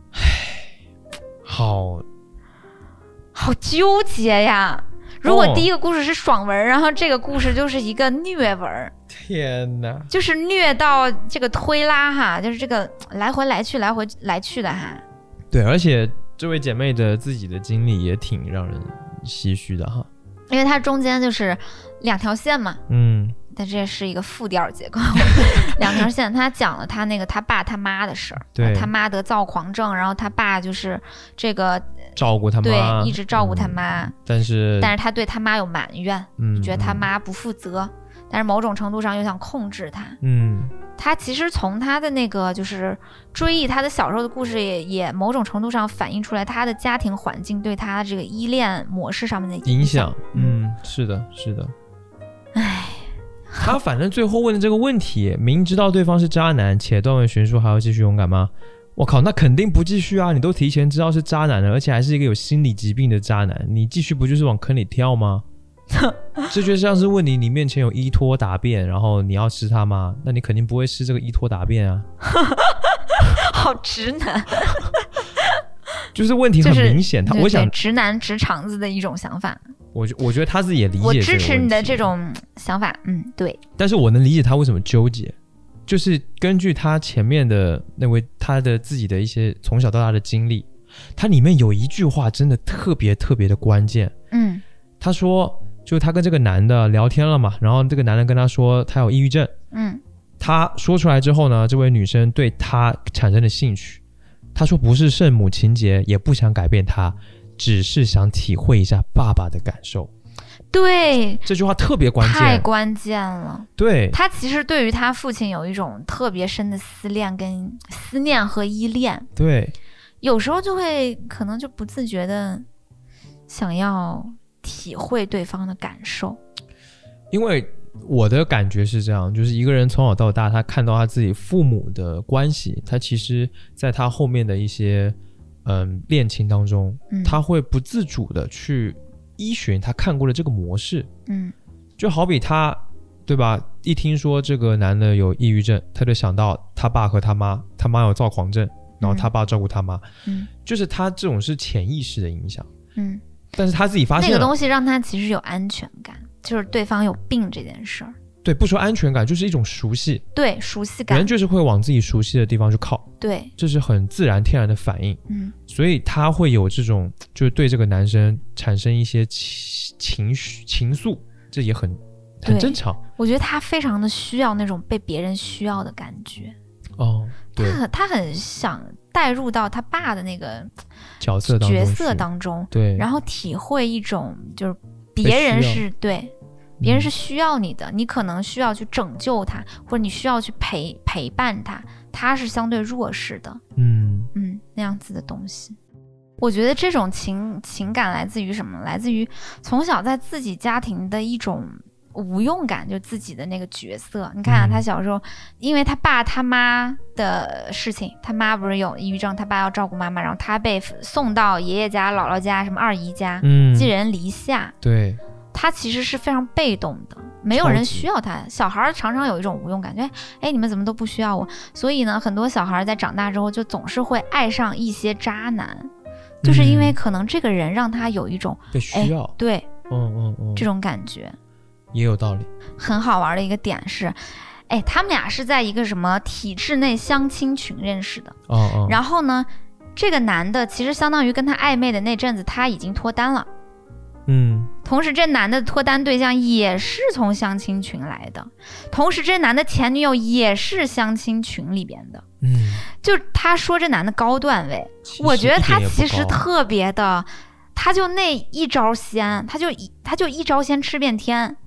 好好纠结呀。如果第一个故事是爽文、哦、然后这个故事就是一个虐文， 天哪， 就是虐到这个推拉哈，就是这个来回来去来回来去的哈。 对，而且这位姐妹的自己的经历也挺让人唏嘘的哈， 因为它中间就是两条线嘛， 嗯， 但这是一个复调结构。两条线，他讲了他那个他爸他妈的事儿， 对， 他妈得躁狂症，然后他爸就是这个照顾他妈， 对，一直照顾他妈， 嗯、但是但是他对他妈有埋怨， 嗯， 觉得他妈不负责，嗯、但是某种程度上又想控制他， 嗯， 他其实从他的那个就是追忆他的小时候的故事也，也也某种程度上反映出来他的家庭环境对他这个依恋模式上面的影响。嗯，是的，是的。 唉， 他反正最后问的这个问题，明知道对方是渣男且断尾悬殊，还要继续勇敢吗？我靠，那肯定不继续啊！你都提前知道是渣男了，而且还是一个有心理疾病的渣男，你继续不就是往坑里跳吗？这就像是问你，你面前有依托大便，然后你要吃它吗？那你肯定不会吃这个依托大便啊。 好直男。 就是问题很明显， 就是、 他我想直男直肠子的一种想法。 我我觉得他自己也理解， 我支持你的这种想法，嗯，对。 但是我能理解他为什么纠结，就是根据他前面的那位他的自己的一些从小到大的经历，他里面有一句话真的特别特别的关键， 嗯， 他说就他跟这个男的聊天了嘛，然后这个男的跟他说他有抑郁症， 嗯， 他说出来之后呢，这位女生对他产生了兴趣，他说不是圣母情节，也不想改变他，只是想体会一下爸爸的感受。 对， 这句话特别关键， 太关键了。 对， 他其实对于他父亲有一种特别深的思念跟思念和依恋。 对， 有时候就会可能就不自觉的想要体会对方的感受。 因为我的感觉是这样，就是一个人从小到大，他看到他自己父母的关系，他其实在他后面的一些嗯恋情当中、嗯、他会不自主的去依循他看过的这个模式。 嗯， 就好比他对吧，一听说这个男的有抑郁症，他就想到他爸和他妈，他妈有躁狂症，然后他爸照顾他妈。 嗯， 就是他这种是潜意识的影响。 嗯， 但是他自己发现那个东西让他其实有安全感，就是对方有病这件事儿。 对，不说安全感，就是一种熟悉。 对，熟悉感。 人就是会往自己熟悉的地方去靠。 对， 这是很自然天然的反应。 嗯， 所以他会有这种，就是对这个男生产生一些情情绪情愫，这也很很正常。 我觉得他非常的需要那种被别人需要的感觉。 哦，对， 他很他很想带入到他爸的那个角色当中， 角色当中， 对， 然后体会一种就是别人是对。别人是需要你的、嗯、你可能需要去拯救他，或者你需要去陪陪伴他，他是相对弱势的， 嗯嗯，那样子的东西。我觉得这种情情感来自于什么？来自于从小在自己家庭的一种无用感，就自己的那个角色。你看啊，他小时候、嗯、因为他爸他妈的事情，他妈不是有抑郁症，他爸要照顾妈妈，然后他被送到爷爷家、姥姥家、什么二姨家， 嗯， 寄人篱下。 对， 他其实是非常被动的，没有人需要他。小孩常常有一种无用感觉，哎，你们怎么都不需要我？所以呢，很多小孩在长大之后就总是会爱上一些渣男，嗯、就是因为可能这个人让他有一种被需要， 对， 嗯嗯嗯， 这种感觉也有道理。 很好玩的一个点是，哎，他们俩是在一个什么体制内相亲群认识的， 哦哦， 然后呢，这个男的其实相当于跟他暧昧的那阵子，他已经脱单了。 嗯， 同时这男的脱单对象也是从相亲群来的，同时这男的前女友也是相亲群里边的。 嗯， 就他说这男的高段位，我觉得他其实特别的，他就那一招鲜，他就他就一招鲜吃遍天。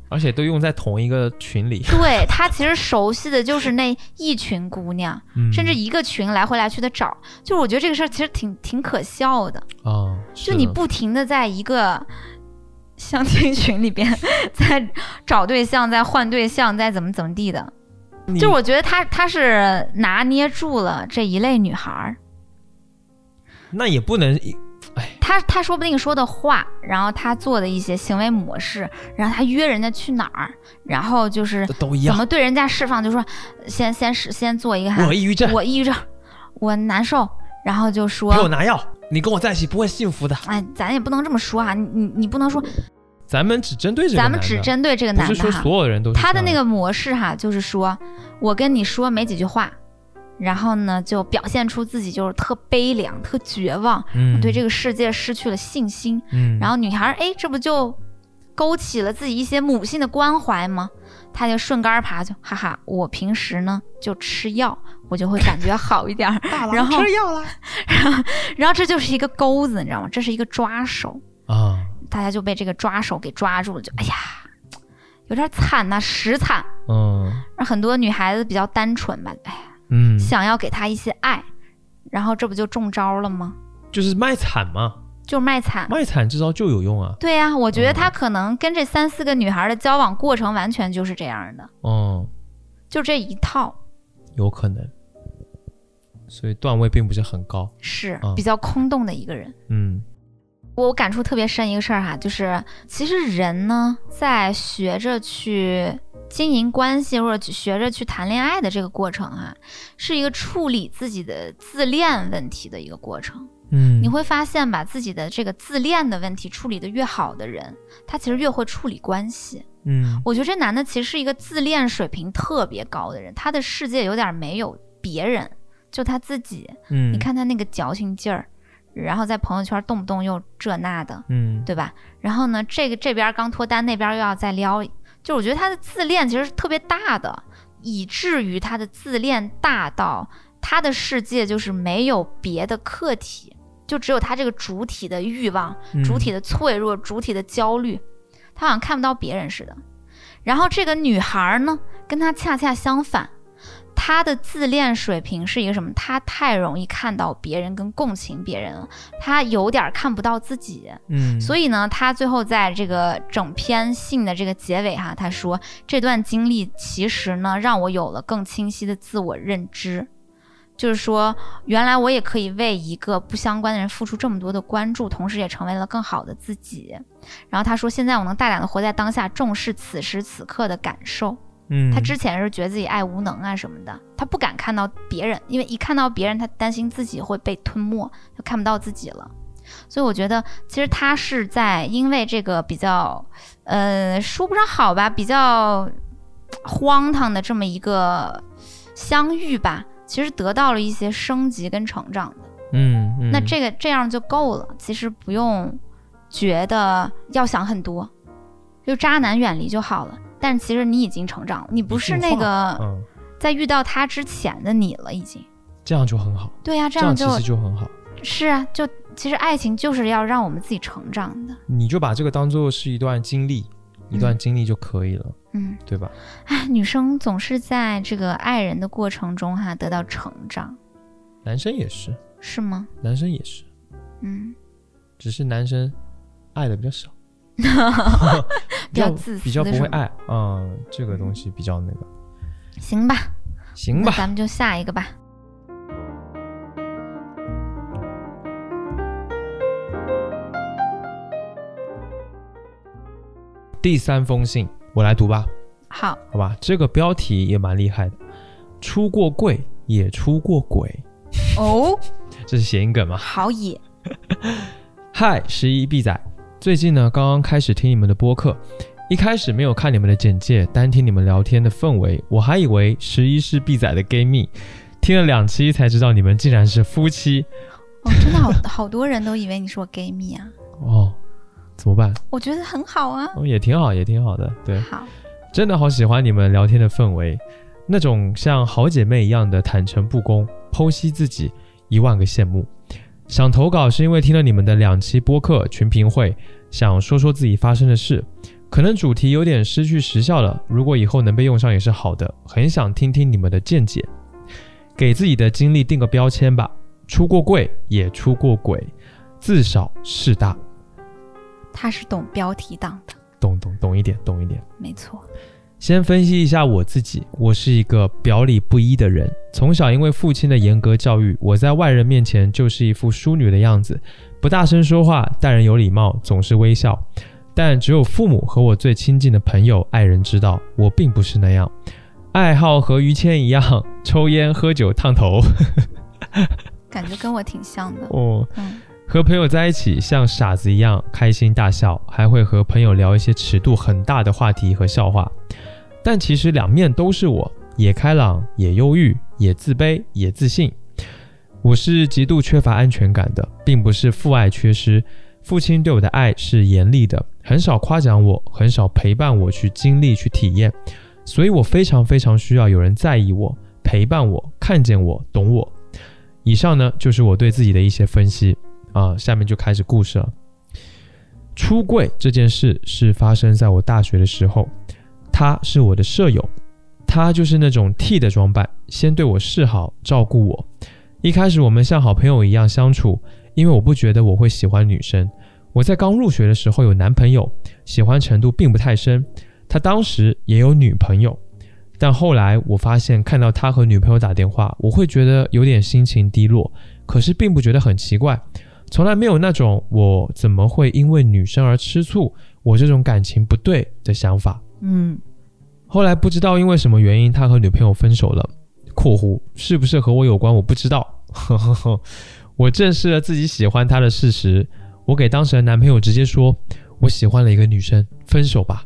而且都用在同一个群里。 对，他其实熟悉的就是那一群姑娘、嗯、甚至一个群来回来去的找，就是我觉得这个事儿其实挺挺可笑的啊、哦，就你不停的在一个相亲群里边在找对象，在换对象，在怎么怎么地的，就我觉得他他是拿捏住了这一类女孩。 那也不能，哎， 他他说不定说的话，然后他做的一些行为模式，然后他约人家去哪儿，然后就是怎么对人家释放，就说先先先做一个我抑郁症， 我抑郁症，我难受，然后就说给我拿药，你跟我在一起不会幸福的。 哎，咱也不能这么说啊，你你你不能说。 咱们只针对这个男的， 咱们只针对这个男的， 不是说所有人都是他的那个模式哈，就是说我跟你说没几句话，然后呢就表现出自己就是特悲凉、特绝望，嗯，对这个世界失去了信心，嗯，然后女孩哎，这不就勾起了自己一些母性的关怀吗？他就顺杆爬，就哈哈，我平时呢就吃药，我就会感觉好一点。 大郎吃药了， 然后然后这就是一个钩子，你知道吗？这是一个抓手啊。大家就被这个抓手给抓住了，就哎呀，有点惨呐、啊，实惨。嗯，让很多女孩子比较单纯吧，哎呀，嗯，想要给他一些爱，然后这不就中招了吗？ 就是卖惨嘛， 就是卖惨， 卖惨这招就有用啊。 对呀、啊，我觉得他可能跟这三四个女孩的交往过程完全就是这样的。嗯，就这一套， 有可能。所以段位并不是很高， 是、嗯、比较空洞的一个人。 嗯。 我感触特别深一个事儿哈，就是其实人呢，在学着去经营关系或者学着去谈恋爱的这个过程啊，是一个处理自己的自恋问题的一个过程。嗯，你会发现把自己的这个自恋的问题处理得越好的人，他其实越会处理关系。嗯，我觉得这男的其实是一个自恋水平特别高的人，他的世界有点没有别人，就他自己。嗯，你看他那个矫情劲儿。然后在朋友圈动不动又这那的，嗯，对吧？然后呢，这个这边刚脱单，那边又要再撩，就我觉得他的自恋其实是特别大的，以至于他的自恋大到他的世界就是没有别的客体，就只有他这个主体的欲望、嗯、主体的脆弱、主体的焦虑，他好像看不到别人似的。然后这个女孩呢，跟他恰恰相反。他的自恋水平是一个什么？他太容易看到别人跟共情别人了，他有点看不到自己。嗯，所以呢，他最后在这个整篇信的这个结尾哈，他说这段经历其实呢，让我有了更清晰的自我认知，就是说原来我也可以为一个不相关的人付出这么多的关注，同时也成为了更好的自己。然后他说现在我能大胆的活在当下，重视此时此刻的感受。嗯，他之前是觉得自己爱无能啊什么的，他不敢看到别人，因为一看到别人他担心自己会被吞没，他看不到自己了。所以我觉得其实他是在因为这个比较呃说不上好吧，比较荒唐的这么一个相遇吧，其实得到了一些升级跟成长的。 嗯, 嗯那这个这样就够了，其实不用觉得要想很多，就渣男远离就好了。但其实你已经成长了，你不是那个在遇到他之前的你了，已经。 这样就很好。 对呀、啊，这样就这样其实就很好。 是啊，就其实爱情就是要让我们自己成长的。 你就把这个当作是一段经历，嗯、一段经历就可以了，嗯，对吧？ 哎，女生总是在这个爱人的过程中哈得到成长。 男生也是。 是吗？ 男生也是。嗯，只是男生爱的比较少。比较自私，比较不会爱，嗯，这个东西比较那个。 行吧， 行吧， 咱们就下一个吧。 第三封信，我来读吧。 好， 好吧，这个标题也蛮厉害的，出过柜也出过轨。 哦， 这是谐音梗吗？ 好野。 嗨，十一 B 仔。最近呢，刚刚开始听你们的播客，一开始没有看你们的简介，单听你们聊天的氛围，我还以为十一是 B 仔的 gay 蜜，听了两期才知道你们竟然是夫妻。 哦，真的好好多人都以为你是我 gay 蜜啊。 哦，怎么办？ 我觉得很好啊。 哦，也挺好，也挺好的，对。 好， 真的好喜欢你们聊天的氛围，那种像好姐妹一样的坦诚不公，剖析自己，一万个羡慕。想投稿是因为听了你们的两期播客群评会，想说说自己发生的事。 可能主题有点失去时效了，如果以后能被用上也是好的，很想听听你们的见解。给自己的经历定个标签吧，出过柜也出过轨，自少事大。 他是懂标题党的， 懂懂懂一点懂一点， 没错。 先分析一下我自己，我是一个表里不一的人。从小因为父亲的严格教育，我在外人面前就是一副淑女的样子，不大声说话，待人有礼貌，总是微笑。但只有父母和我最亲近的朋友、爱人知道，我并不是那样。爱好和于谦一样，抽烟、喝酒、烫头。 感觉跟我挺像的。 哦，嗯。和朋友在一起像傻子一样开心大笑，还会和朋友聊一些尺度很大的话题和笑话。但其实两面都是我，也开朗，也忧郁，也自卑，也自信。我是极度缺乏安全感的，并不是父爱缺失。父亲对我的爱是严厉的，很少夸奖我，很少陪伴我去经历去体验，所以我非常非常需要有人在意我，陪伴我，看见我，懂我。以上呢就是我对自己的一些分析啊，下面就开始故事了。出柜这件事是发生在我大学的时候，他是我的舍友，他就是那种 T 的装扮，先对我示好，照顾我。一开始我们像好朋友一样相处，因为我不觉得我会喜欢女生。我在刚入学的时候有男朋友，喜欢程度并不太深，他当时也有女朋友。但后来我发现看到他和女朋友打电话，我会觉得有点心情低落，可是并不觉得很奇怪，从来没有那种我怎么会因为女生而吃醋，我这种感情不对的想法。 嗯， 后来不知道因为什么原因他和女朋友分手了，括弧是不是和我有关我不知道。我正视了自己喜欢他的事实，我给当时的男朋友直接说，我喜欢了一个女生，分手吧。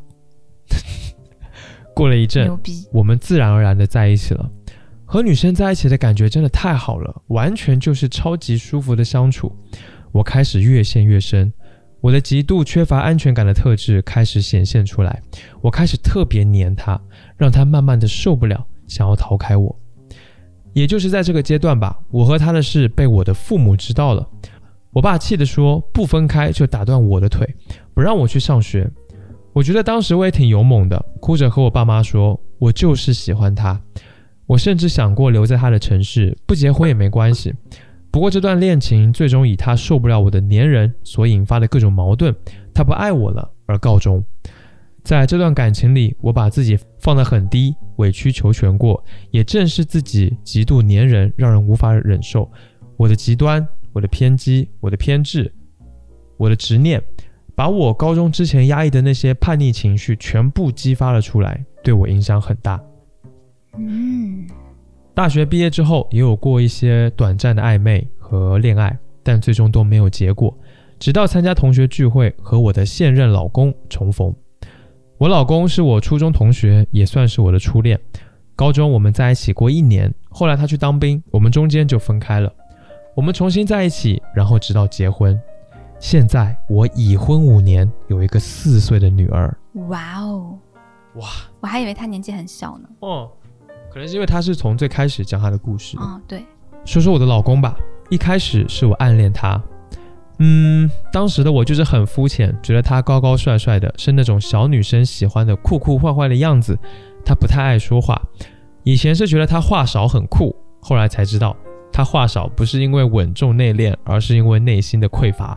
过了一阵，我们自然而然的在一起了。和女生在一起的感觉真的太好了，完全就是超级舒服的相处。我开始越陷越深，我的极度缺乏安全感的特质开始显现出来，我开始特别黏她，让她慢慢的受不了，想要逃开我。也就是在这个阶段吧，我和她的事被我的父母知道了。我爸气地说，不分开就打断我的腿，不让我去上学。我觉得当时我也挺勇猛的，哭着和我爸妈说，我就是喜欢她。我甚至想过留在她的城市，不结婚也没关系。不过这段恋情最终以她受不了我的黏人所引发的各种矛盾，她不爱我了而告终。在这段感情里，我把自己放得很低，委曲求全过，也正是自己极度黏人，让人无法忍受。我的极端，我的偏激，我的偏执，我的执念，把我高中之前压抑的那些叛逆情绪全部激发了出来，对我影响很大。 嗯， 大学毕业之后也有过一些短暂的暧昧和恋爱，但最终都没有结果，直到参加同学聚会和我的现任老公重逢。我老公是我初中同学，也算是我的初恋。高中我们在一起过一年，后来他去当兵，我们中间就分开了。我们重新在一起，然后直到结婚。现在我已婚五年，有一个四岁的女儿。 哇哦， 哇， 我还以为他年纪很小呢。 哦，可能是因为他是从最开始讲他的故事。 哦，对。 说说我的老公吧，一开始是我暗恋他。嗯，当时的我就是很肤浅，觉得他高高帅帅的，是那种小女生喜欢的酷酷坏坏的样子。他不太爱说话，以前是觉得他话少很酷，后来才知道他话少不是因为稳重内敛，而是因为内心的匮乏。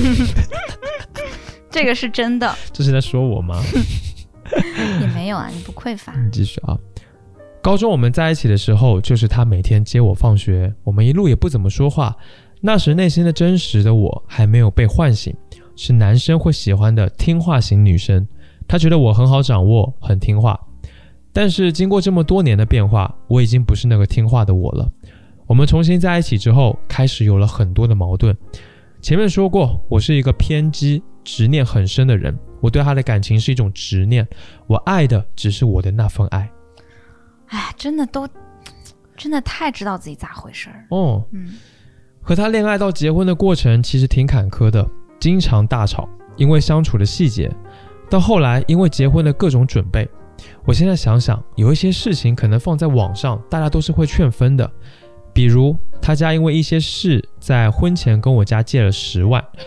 这个是真的。 这是在说我吗？ 也没有啊，你不匮乏。 你继续啊。高中我们在一起的时候，就是他每天接我放学，我们一路也不怎么说话。那时内心的真实的我还没有被唤醒，是男生会喜欢的听话型女生。他觉得我很好掌握，很听话。但是经过这么多年的变化，我已经不是那个听话的我了。我们重新在一起之后，开始有了很多的矛盾。前面说过，我是一个偏激、执念很深的人，我对他的感情是一种执念，我爱的只是我的那份爱。 哎，真的都，真的太知道自己咋回事儿。 哦， 嗯， 和他恋爱到结婚的过程其实挺坎坷的，经常大吵，因为相处的细节。到后来，因为结婚的各种准备，我现在想想，有一些事情可能放在网上，大家都是会劝分的。比如他家因为一些事，在婚前跟我家借了十万，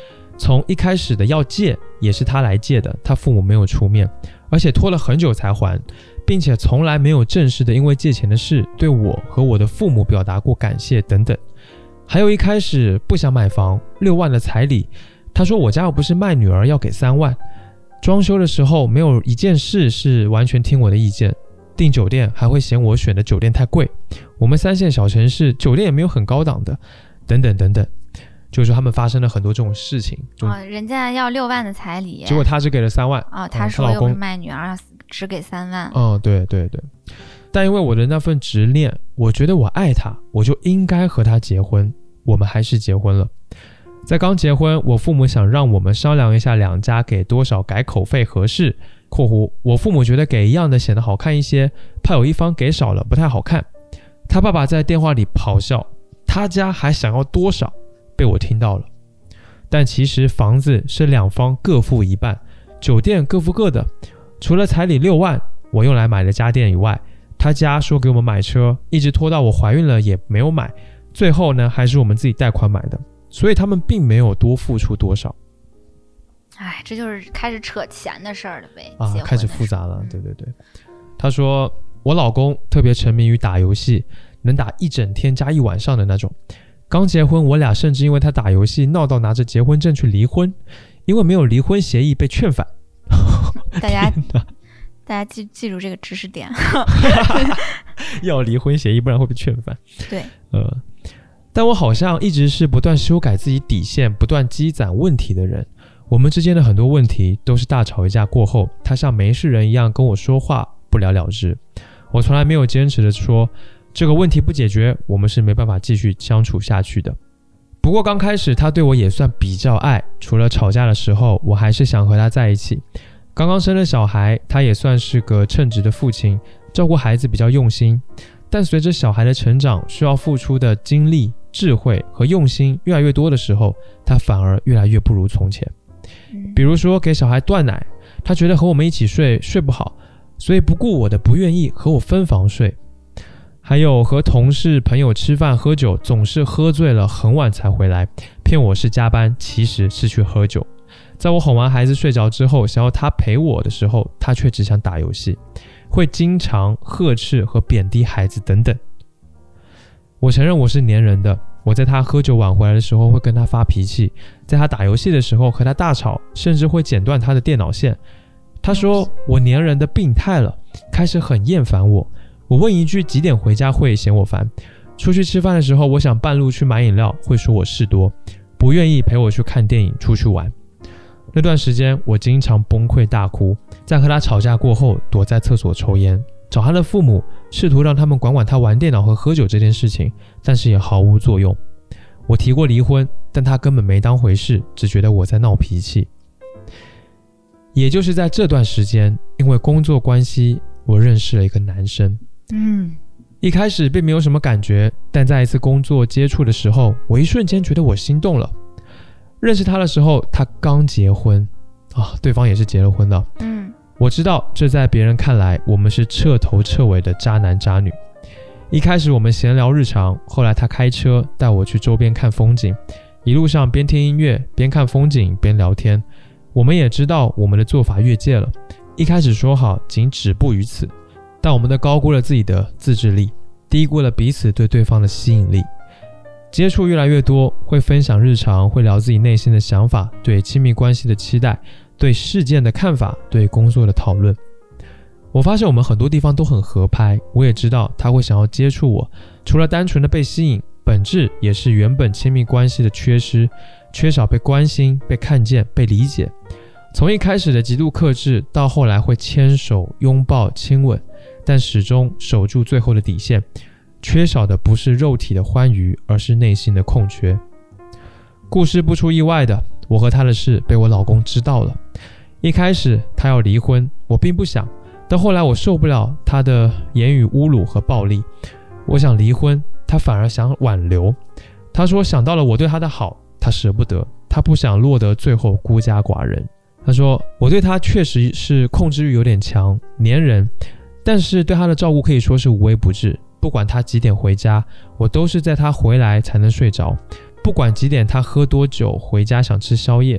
从一开始的要借也是他来借的，他父母没有出面，而且拖了很久才还，并且从来没有正式的因为借钱的事对我和我的父母表达过感谢等等。还有一开始不想买房，六万的彩礼，他说我家又不是卖女儿要给三万，装修的时候没有一件事是完全听我的意见，订酒店还会嫌我选的酒店太贵，我们三线小城市酒店也没有很高档的，等等等等。就是说他们发生了很多这种事情， 哦，人家要六万的彩礼， 结果他只给了三万。 哦，他说又不是卖女儿，只给三万。 哦，对对对。但因为我的那份执念，我觉得我爱他，我就应该和他结婚。我们还是结婚了。在刚结婚，我父母想让我们商量一下两家给多少改口费合适（括弧我父母觉得给一样的显得好看一些，怕有一方给少了不太好看）。他爸爸在电话里咆哮，他家还想要多少，被我听到了。但其实房子是两方各付一半，酒店各付各的，除了彩礼六万我用来买的家电以外，他家说给我们买车，一直拖到我怀孕了也没有买，最后呢还是我们自己贷款买的，所以他们并没有多付出多少。 哎，这就是开始扯钱的事儿了呗。 啊，开始复杂了、嗯、对对对。他说我老公特别沉迷于打游戏，能打一整天加一晚上的那种。刚结婚，我俩甚至因为他打游戏闹到拿着结婚证去离婚，因为没有离婚协议被劝返。 大家大家 记, 记住这个知识点。 要离婚协议，不然会被劝返。 对， 呃，但我好像一直是不断修改自己底线，不断积攒问题的人。我们之间的很多问题都是大吵一架过后，他像没事人一样跟我说话，不了了之。我从来没有坚持的说这个问题不解决，我们是没办法继续相处下去的。不过刚开始他对我也算比较爱，除了吵架的时候，我还是想和他在一起。刚刚生了小孩，他也算是个称职的父亲，照顾孩子比较用心。但随着小孩的成长，需要付出的精力、智慧和用心越来越多的时候，他反而越来越不如从前。比如说给小孩断奶，他觉得和我们一起睡睡不好，所以不顾我的不愿意和我分房睡。还有和同事朋友吃饭喝酒，总是喝醉了很晚才回来，骗我是加班，其实是去喝酒。在我哄完孩子睡着之后，想要他陪我的时候，他却只想打游戏，会经常呵斥和贬低孩子等等。我承认我是粘人的，我在他喝酒晚回来的时候会跟他发脾气，在他打游戏的时候和他大吵，甚至会剪断他的电脑线。他说我粘人的病态了，开始很厌烦我。我问一句几点回家会嫌我烦，出去吃饭的时候我想半路去买饮料会说我事多，不愿意陪我去看电影出去玩。那段时间我经常崩溃大哭，在和他吵架过后躲在厕所抽烟，找他的父母试图让他们管管他玩电脑和喝酒这件事情，但是也毫无作用。我提过离婚，但他根本没当回事，只觉得我在闹脾气。也就是在这段时间，因为工作关系，我认识了一个男生。 嗯， 一开始并没有什么感觉，但在一次工作接触的时候，我一瞬间觉得我心动了。认识他的时候，他刚结婚啊，对方也是结了婚的。 嗯， 我知道这在别人看来，我们是彻头彻尾的渣男渣女。一开始我们闲聊日常，后来他开车带我去周边看风景，一路上边听音乐边看风景边聊天。我们也知道我们的做法越界了，一开始说好仅止步于此，但我们都高估了自己的自制力，低估了彼此对对方的吸引力。接触越来越多，会分享日常，会聊自己内心的想法，对亲密关系的期待，对事件的看法，对工作的讨论。我发现我们很多地方都很合拍，我也知道他会想要接触我，除了单纯的被吸引，本质也是原本亲密关系的缺失，缺少被关心、被看见、被理解。从一开始的极度克制，到后来会牵手、拥抱、亲吻，但始终守住最后的底线。缺少的不是肉体的欢愉，而是内心的空缺。故事不出意外的，我和他的事被我老公知道了。一开始他要离婚，我并不想，但后来我受不了他的言语侮辱和暴力，我想离婚，他反而想挽留。他说想到了我对他的好，他舍不得，他不想落得最后孤家寡人。他说我对他确实是控制欲有点强，黏人，但是对他的照顾可以说是无微不至。不管他几点回家，我都是在他回来才能睡着。不管几点他喝多酒回家想吃宵夜，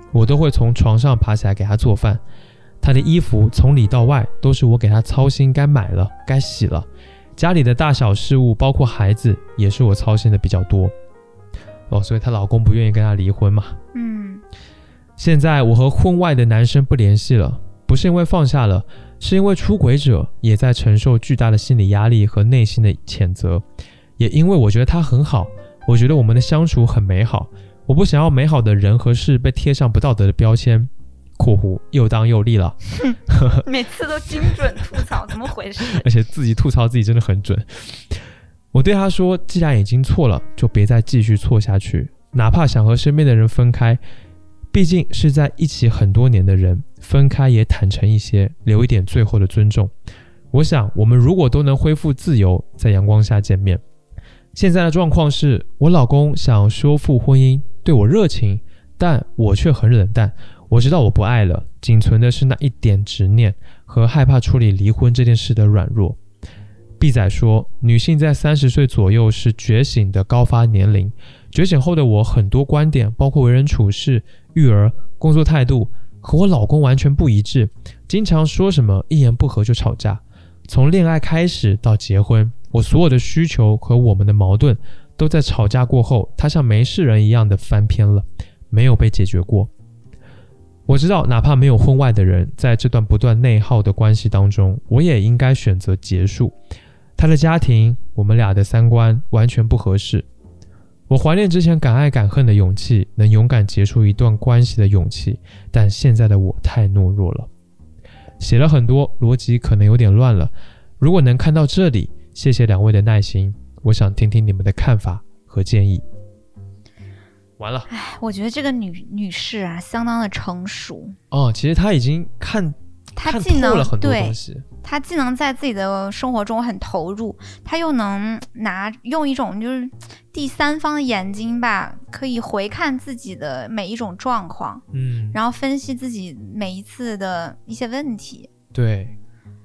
我都会从床上爬起来给他做饭，他的衣服从里到外都是我给他操心，该买了该洗了，家里的大小事务包括孩子也是我操心的比较多。哦，所以她老公不愿意跟她离婚嘛。 嗯， 现在我和婚外的男生不联系了，不是因为放下了，是因为出轨者也在承受巨大的心理压力和内心的谴责，也因为我觉得他很好，我觉得我们的相处很美好，我不想要美好的人和事被贴上不道德的标签（括弧又当又立了） 每次都精准吐槽，怎么回事？ 而且自己吐槽自己真的很准。我对他说，既然已经错了，就别再继续错下去，哪怕想和身边的人分开，毕竟是在一起很多年的人，分开也坦诚一些，留一点最后的尊重。我想我们如果都能恢复自由，在阳光下见面。现在的状况是，我老公想修复婚姻，对我热情，但我却很冷淡。我知道我不爱了，仅存的是那一点执念和害怕处理离婚这件事的软弱。毕仔说，女性在三十岁左右是觉醒的高发年龄，觉醒后的我很多观点，包括为人处事、育儿、工作态度，和我老公完全不一致，经常说什么一言不合就吵架。从恋爱开始到结婚，我所有的需求和我们的矛盾都在吵架过后，他像没事人一样的翻篇了，没有被解决过。我知道哪怕没有婚外的人，在这段不断内耗的关系当中，我也应该选择结束。他的家庭，我们俩的三观完全不合适。我怀念之前敢爱敢恨的勇气，能勇敢结束一段关系的勇气，但现在的我太懦弱了。写了很多，逻辑可能有点乱了。如果能看到这里，谢谢两位的耐心，我想听听你们的看法和建议。完了， 哎，我觉得这个女女士啊，相当的成熟哦。其实她已经看她既能看透了很多东西， 她既能在自己的生活中很投入，她又能拿用一种就是第三方的眼睛吧，可以回看自己的每一种状况， 嗯， 然后分析自己每一次的一些问题。 对，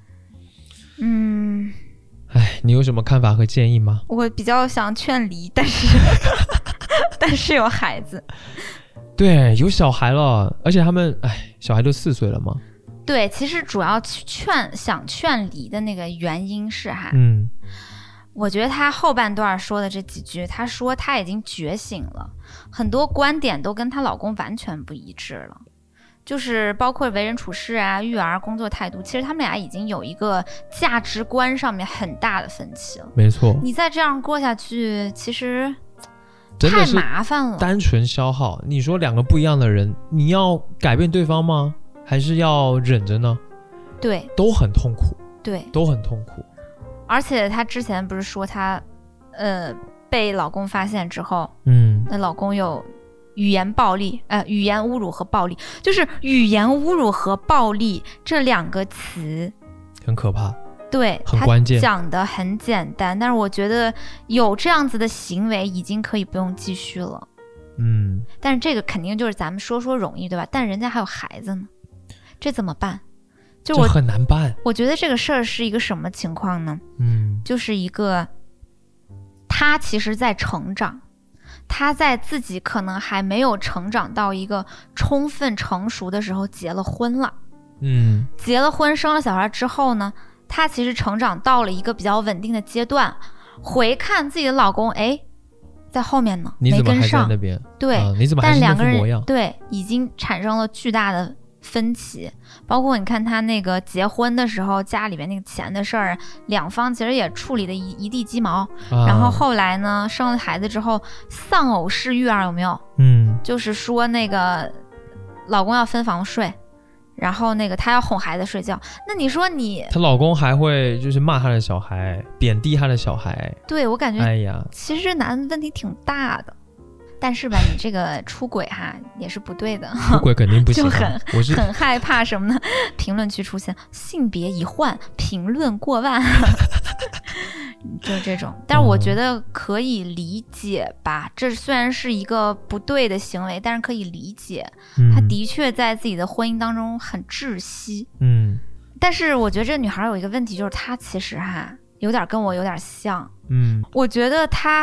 嗯， 哎，你有什么看法和建议吗？ 我比较想劝离，但是但是有孩子， 对，有小孩了，而且他们，哎，小孩都四岁了吗？ 对，其实主要劝想劝离的那个原因是哈， 嗯， 我觉得他后半段说的这几句，他说他已经觉醒了，很多观点都跟她老公完全不一致了，就是包括为人处事啊、育儿、工作态度，其实他们俩已经有一个价值观上面很大的分歧了。 没错， 你再这样过下去，其实太麻烦了， 单纯消耗。你说两个不一样的人，你要改变对方吗？还是要忍着呢？ 对， 都很痛苦， 对， 都很痛苦。 而且她之前不是说她，呃，被老公发现之后， 嗯， 那老公有语言暴力，呃，语言侮辱和暴力，就是语言侮辱和暴力这两个词很可怕， 对， 很关键。 他讲的很简单，但是我觉得有这样子的行为已经可以不用继续了。 嗯， 但是这个肯定就是咱们说说容易，对吧？但人家还有孩子呢，这怎么办？就我这很难办。 我觉得这个事儿是一个什么情况呢？ 嗯， 就是一个他其实在成长，他在自己可能还没有成长到一个充分成熟的时候结了婚了。 嗯， 结了婚生了小孩之后呢，他其实成长到了一个比较稳定的阶段，回看自己的老公，哎，在后面呢， 你怎么还没跟上在那边？ 对、 啊，你怎么还是那副模样？ 但两个人对已经产生了巨大的分歧，包括你看他那个结婚的时候家里边那个钱的事儿，两方其实也处理的一一地鸡毛、啊、然后后来呢生了孩子之后丧偶式育儿有没有？ 嗯， 就是说那个老公要分房睡，然后那个她要哄孩子睡觉，那你说你她老公还会就是骂她的小孩，贬低她的小孩。 对，我感觉哎呀， 其实这男的问题挺大的，但是吧你这个出轨哈也是不对的， 出轨肯定不行、啊、 就很我是很害怕什么呢？评论区出现性别已换评论过万就这种，但是我觉得可以理解吧、嗯、这虽然是一个不对的行为，但是可以理解、嗯、他的确在自己的婚姻当中很窒息。 嗯， 但是我觉得这个女孩有一个问题，就是她其实哈有点跟我有点像。 嗯， 我觉得她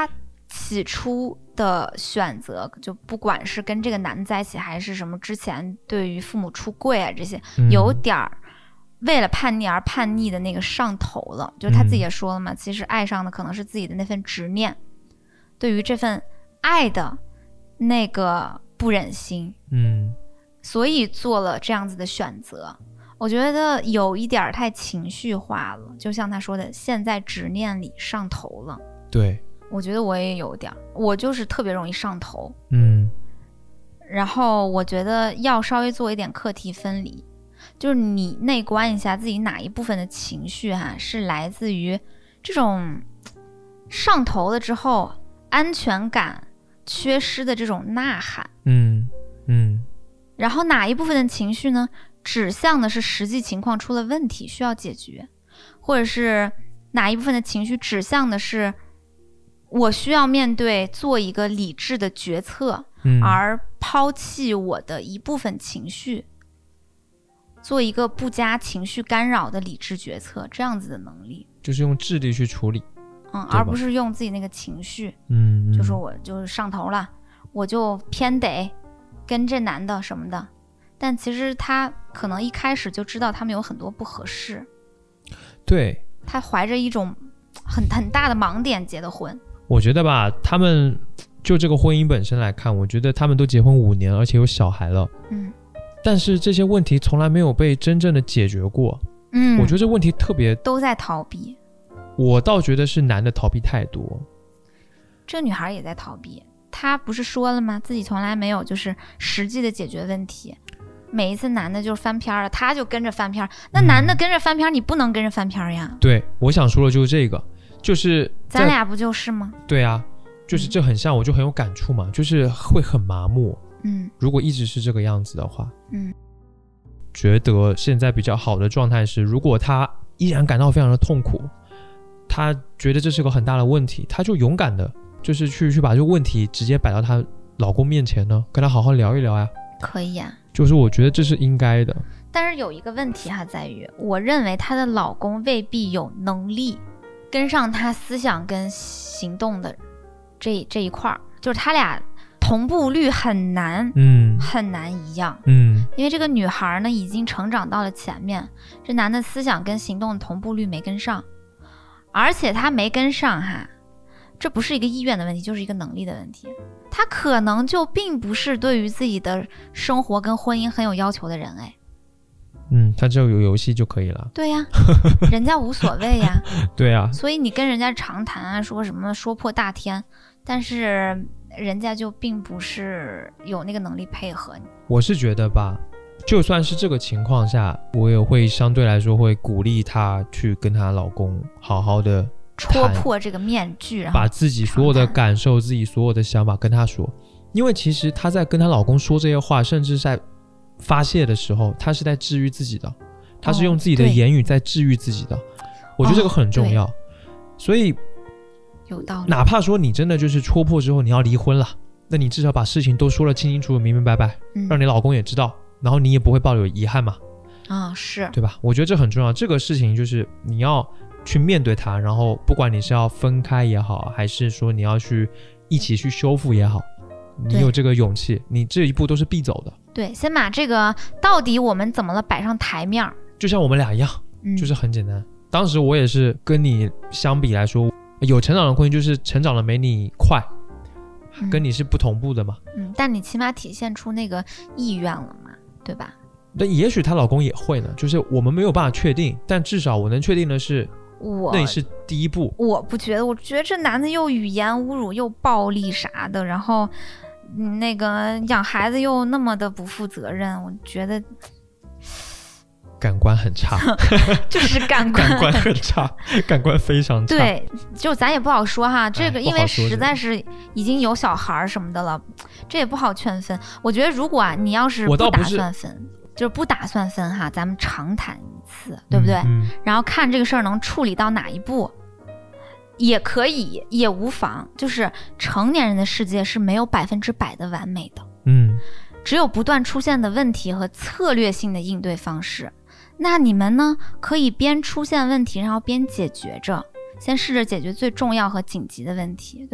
起初的选择，就不管是跟这个男的在一起，还是什么之前对于父母出柜啊这些， 嗯、 有点为了叛逆而叛逆的那个上头了。就他自己也说了嘛，嗯、其实爱上的可能是自己的那份执念，对于这份爱的那个不忍心， 嗯， 所以做了这样子的选择。我觉得有一点太情绪化了，就像他说的，陷在执念里上头了。 对， 我觉得我也有点，我就是特别容易上头。 嗯， 然后我觉得要稍微做一点课题分离，就是你内观一下自己哪一部分的情绪哈、啊，是来自于这种上头了之后安全感缺失的这种呐喊， 嗯嗯， 然后哪一部分的情绪呢，指向的是实际情况出了问题需要解决，或者是哪一部分的情绪指向的是我需要面对做一个理智的决策、嗯、而抛弃我的一部分情绪，做一个不加情绪干扰的理智决策，这样子的能力就是用智力去处理， 嗯，而不是用自己那个情绪， 嗯， 就说我就是上头了，我就偏得跟这男的什么的，但其实他可能一开始就知道他们有很多不合适， 对， 他怀着一种很很大的盲点结的婚。 我觉得吧，他们就这个婚姻本身来看，我觉得他们都结婚五年，而且有小孩了， 嗯，但是这些问题从来没有被真正的解决过， 嗯， 我觉得这问题特别都在逃避。 我倒觉得是男的逃避太多， 这个女孩也在逃避。她不是说了吗？自己从来没有就是实际的解决问题，每一次男的就是翻篇了，她就跟着翻篇。那男的跟着翻篇、嗯、你不能跟着翻篇呀。 对，我想说的就是这个，就是咱俩不就是吗？ 对啊，就是这很像，我就很有感触嘛，就是会很麻木。 嗯， 如果一直是这个样子的话， 嗯， 觉得现在比较好的状态是，如果他依然感到非常的痛苦，他觉得这是个很大的问题，他就勇敢的就是去去把这个问题直接摆到她老公面前呢，跟他好好聊一聊呀。 可以啊， 就是我觉得这是应该的。 但是有一个问题哈，在于我认为她的老公未必有能力跟上她思想跟行动的这这一块儿，就是他俩同步率很难， 嗯， 很难一样， 嗯， 因为这个女孩呢已经成长到了前面，这男的思想跟行动的同步率没跟上，而且他没跟上哈，这不是一个意愿的问题，就是一个能力的问题。他可能就并不是对于自己的生活跟婚姻很有要求的人哎。 嗯，他只要有游戏就可以了。 对呀，人家无所谓呀。 对呀， 所以你跟人家长谈啊，说什么说破大天，但是人家就并不是有那个能力配合你。 我是觉得吧，就算是这个情况下，我也会相对来说会鼓励她去跟她老公好好的戳破这个面具，然后把自己所有的感受、自己所有的想法跟她说。因为其实她在跟她老公说这些话，甚至在发泄的时候，她是在治愈自己的，她是用自己的言语在治愈自己的。哦、我觉得这个很重要。哦、所以有道理。 哪怕说你真的就是戳破之后你要离婚了，那你至少把事情都说了清清楚楚、明明白白，嗯、让你老公也知道，然后你也不会抱有遗憾嘛。 啊、哦，是， 对吧？我觉得这很重要。这个事情就是你要去面对它，然后不管你是要分开也好，还是说你要去一起去修复也好，你有这个勇气，你这一步都是必走的。 对，先把这个到底我们怎么了摆上台面， 就像我们俩一样，嗯、就是很简单。当时我也是跟你相比来说，有成长的婚姻就是成长的没你快，嗯、跟你是不同步的嘛。 嗯，但你起码体现出那个意愿了嘛，对吧？ 但也许她老公也会呢，就是我们没有办法确定，但至少我能确定的是， 我那是第一步。 我不觉得，我觉得这男的又语言侮辱又暴力啥的，然后那个养孩子又那么的不负责任，我觉得感官很差。 就是感官感官很差，感官非常差。 对，就咱也不好说哈，这个因为实在是已经有小孩什么的了，这也不好劝分。我觉得如果啊你要是不打算分，就是不打算分哈，咱们长谈一次，对不对？ 嗯嗯、 然后看这个事儿能处理到哪一步，也可以，也无妨。就是成年人的世界是没有百分之百的完美的， 嗯， 只有不断出现的问题和策略性的应对方式。那你们呢，可以边出现问题，然后边解决着，先试着解决最重要和紧急的问题，对吧？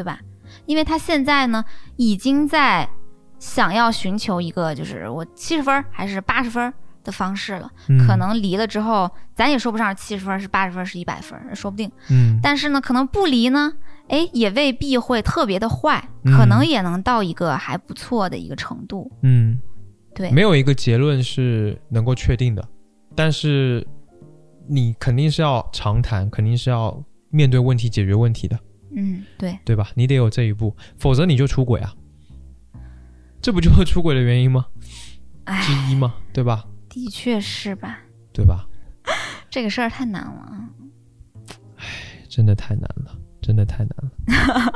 因为他现在呢已经在想要寻求一个就是我七十分还是八十分的方式了、嗯、可能离了之后咱也说不上七十分是八十分是一百分说不定、嗯、但是呢可能不离呢哎，也未必会特别的坏、嗯、可能也能到一个还不错的一个程度。 嗯， 对， 没有一个结论是能够确定的，但是你肯定是要长谈，肯定是要面对问题解决问题的。 嗯，对， 对吧？你得有这一步，否则你就出轨啊，这不就是出轨的原因吗？之一吗？对吧？ 的确是吧？ 对吧？ 这个事儿太难了， 唉，真的太难了。真的太难了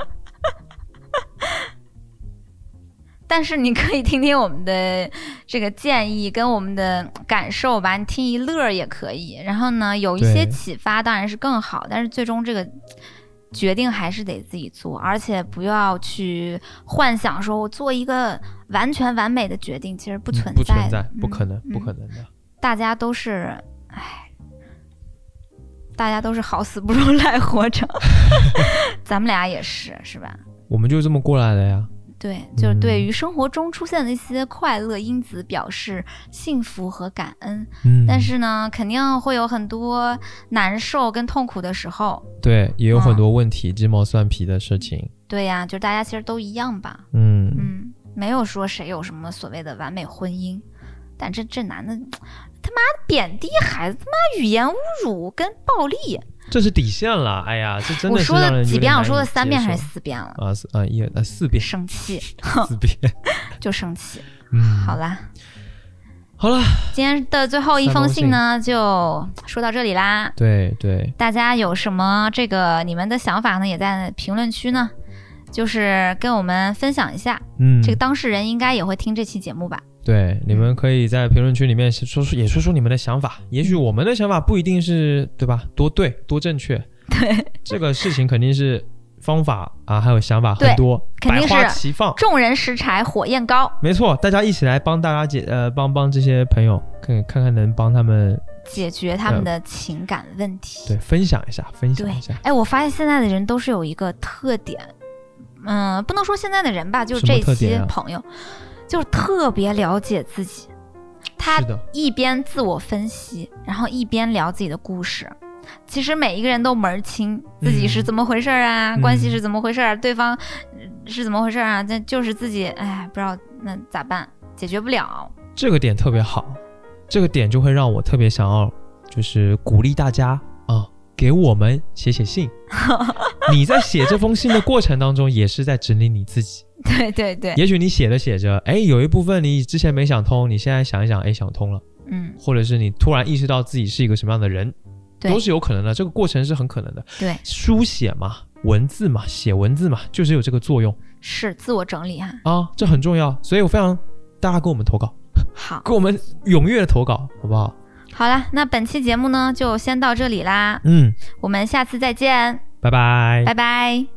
但是你可以听听我们的这个建议跟我们的感受吧，你听一乐也可以，然后呢有一些启发当然是更好，但是最终这个决定还是得自己做，而且不要去幻想说我做一个完全完美的决定，其实不存在、嗯、 不存在，不可能、嗯、不可能的、嗯、 大家都是唉大家都是好死不如赖活着咱们俩也是是吧， 我们就这么过来的呀。 对，就是对于生活中出现的一些快乐因子表示幸福和感恩、嗯、但是呢肯定会有很多难受跟痛苦的时候， 对，也有很多问题、嗯、鸡毛蒜皮的事情。 对呀，就大家其实都一样吧。 嗯嗯，没有说谁有什么所谓的完美婚姻，但这这男的他妈贬低孩子，他妈语言侮辱跟暴力， 这是底线了。哎呀，这真的是让人有点难以接受。我说的几遍？我说的三遍还是四遍了？ 啊啊一啊四遍。 生气， 四遍就生气。 嗯， 好啦， 好了， 今天的最后一封信呢，就说到这里啦。 对对， 大家有什么这个你们的想法呢？也在评论区呢，就是跟我们分享一下。嗯，这个当事人应该也会听这期节目吧？ 对，你们可以在评论区里面说说，也说说你们的想法。也许我们的想法不一定是对吧，多对多正确。 对， 这个事情肯定是方法啊，还有想法很多，百花齐放， 众人拾柴火焰高。 没错，大家一起来帮大家解呃，帮帮这些朋友，看看看能帮他们解决他们的情感问题。 呃、对，分享一下，分享一下。 哎，我发现现在的人都是有一个特点，嗯，不能说现在的人吧，就是这些朋友。就是特别了解自己，他一边自我分析，然后一边聊自己的故事。其实每一个人都门清自己是怎么回事啊、嗯、关系是怎么回事、嗯、对方是怎么回事啊，这就是自己哎不知道那咋办，解决不了。 这个点特别好，这个点就会让我特别想要就是鼓励大家啊，给我们写写信你在写这封信的过程当中也是在整理你自己。 对对对， 也许你写着写着，哎，有一部分你之前没想通，你现在想一想，哎，想通了， 嗯， 或者是你突然意识到自己是一个什么样的人，都是有可能的，这个过程是很可能的。 对， 书写嘛，文字嘛，写文字嘛，就是有这个作用， 是自我整理哈啊，这很重要，所以我非常大家给我们投稿， 好， 给我们踊跃的投稿，好不好？ 好啦，那本期节目呢就先到这里啦， 嗯， 我们下次再见， 拜拜， 拜拜。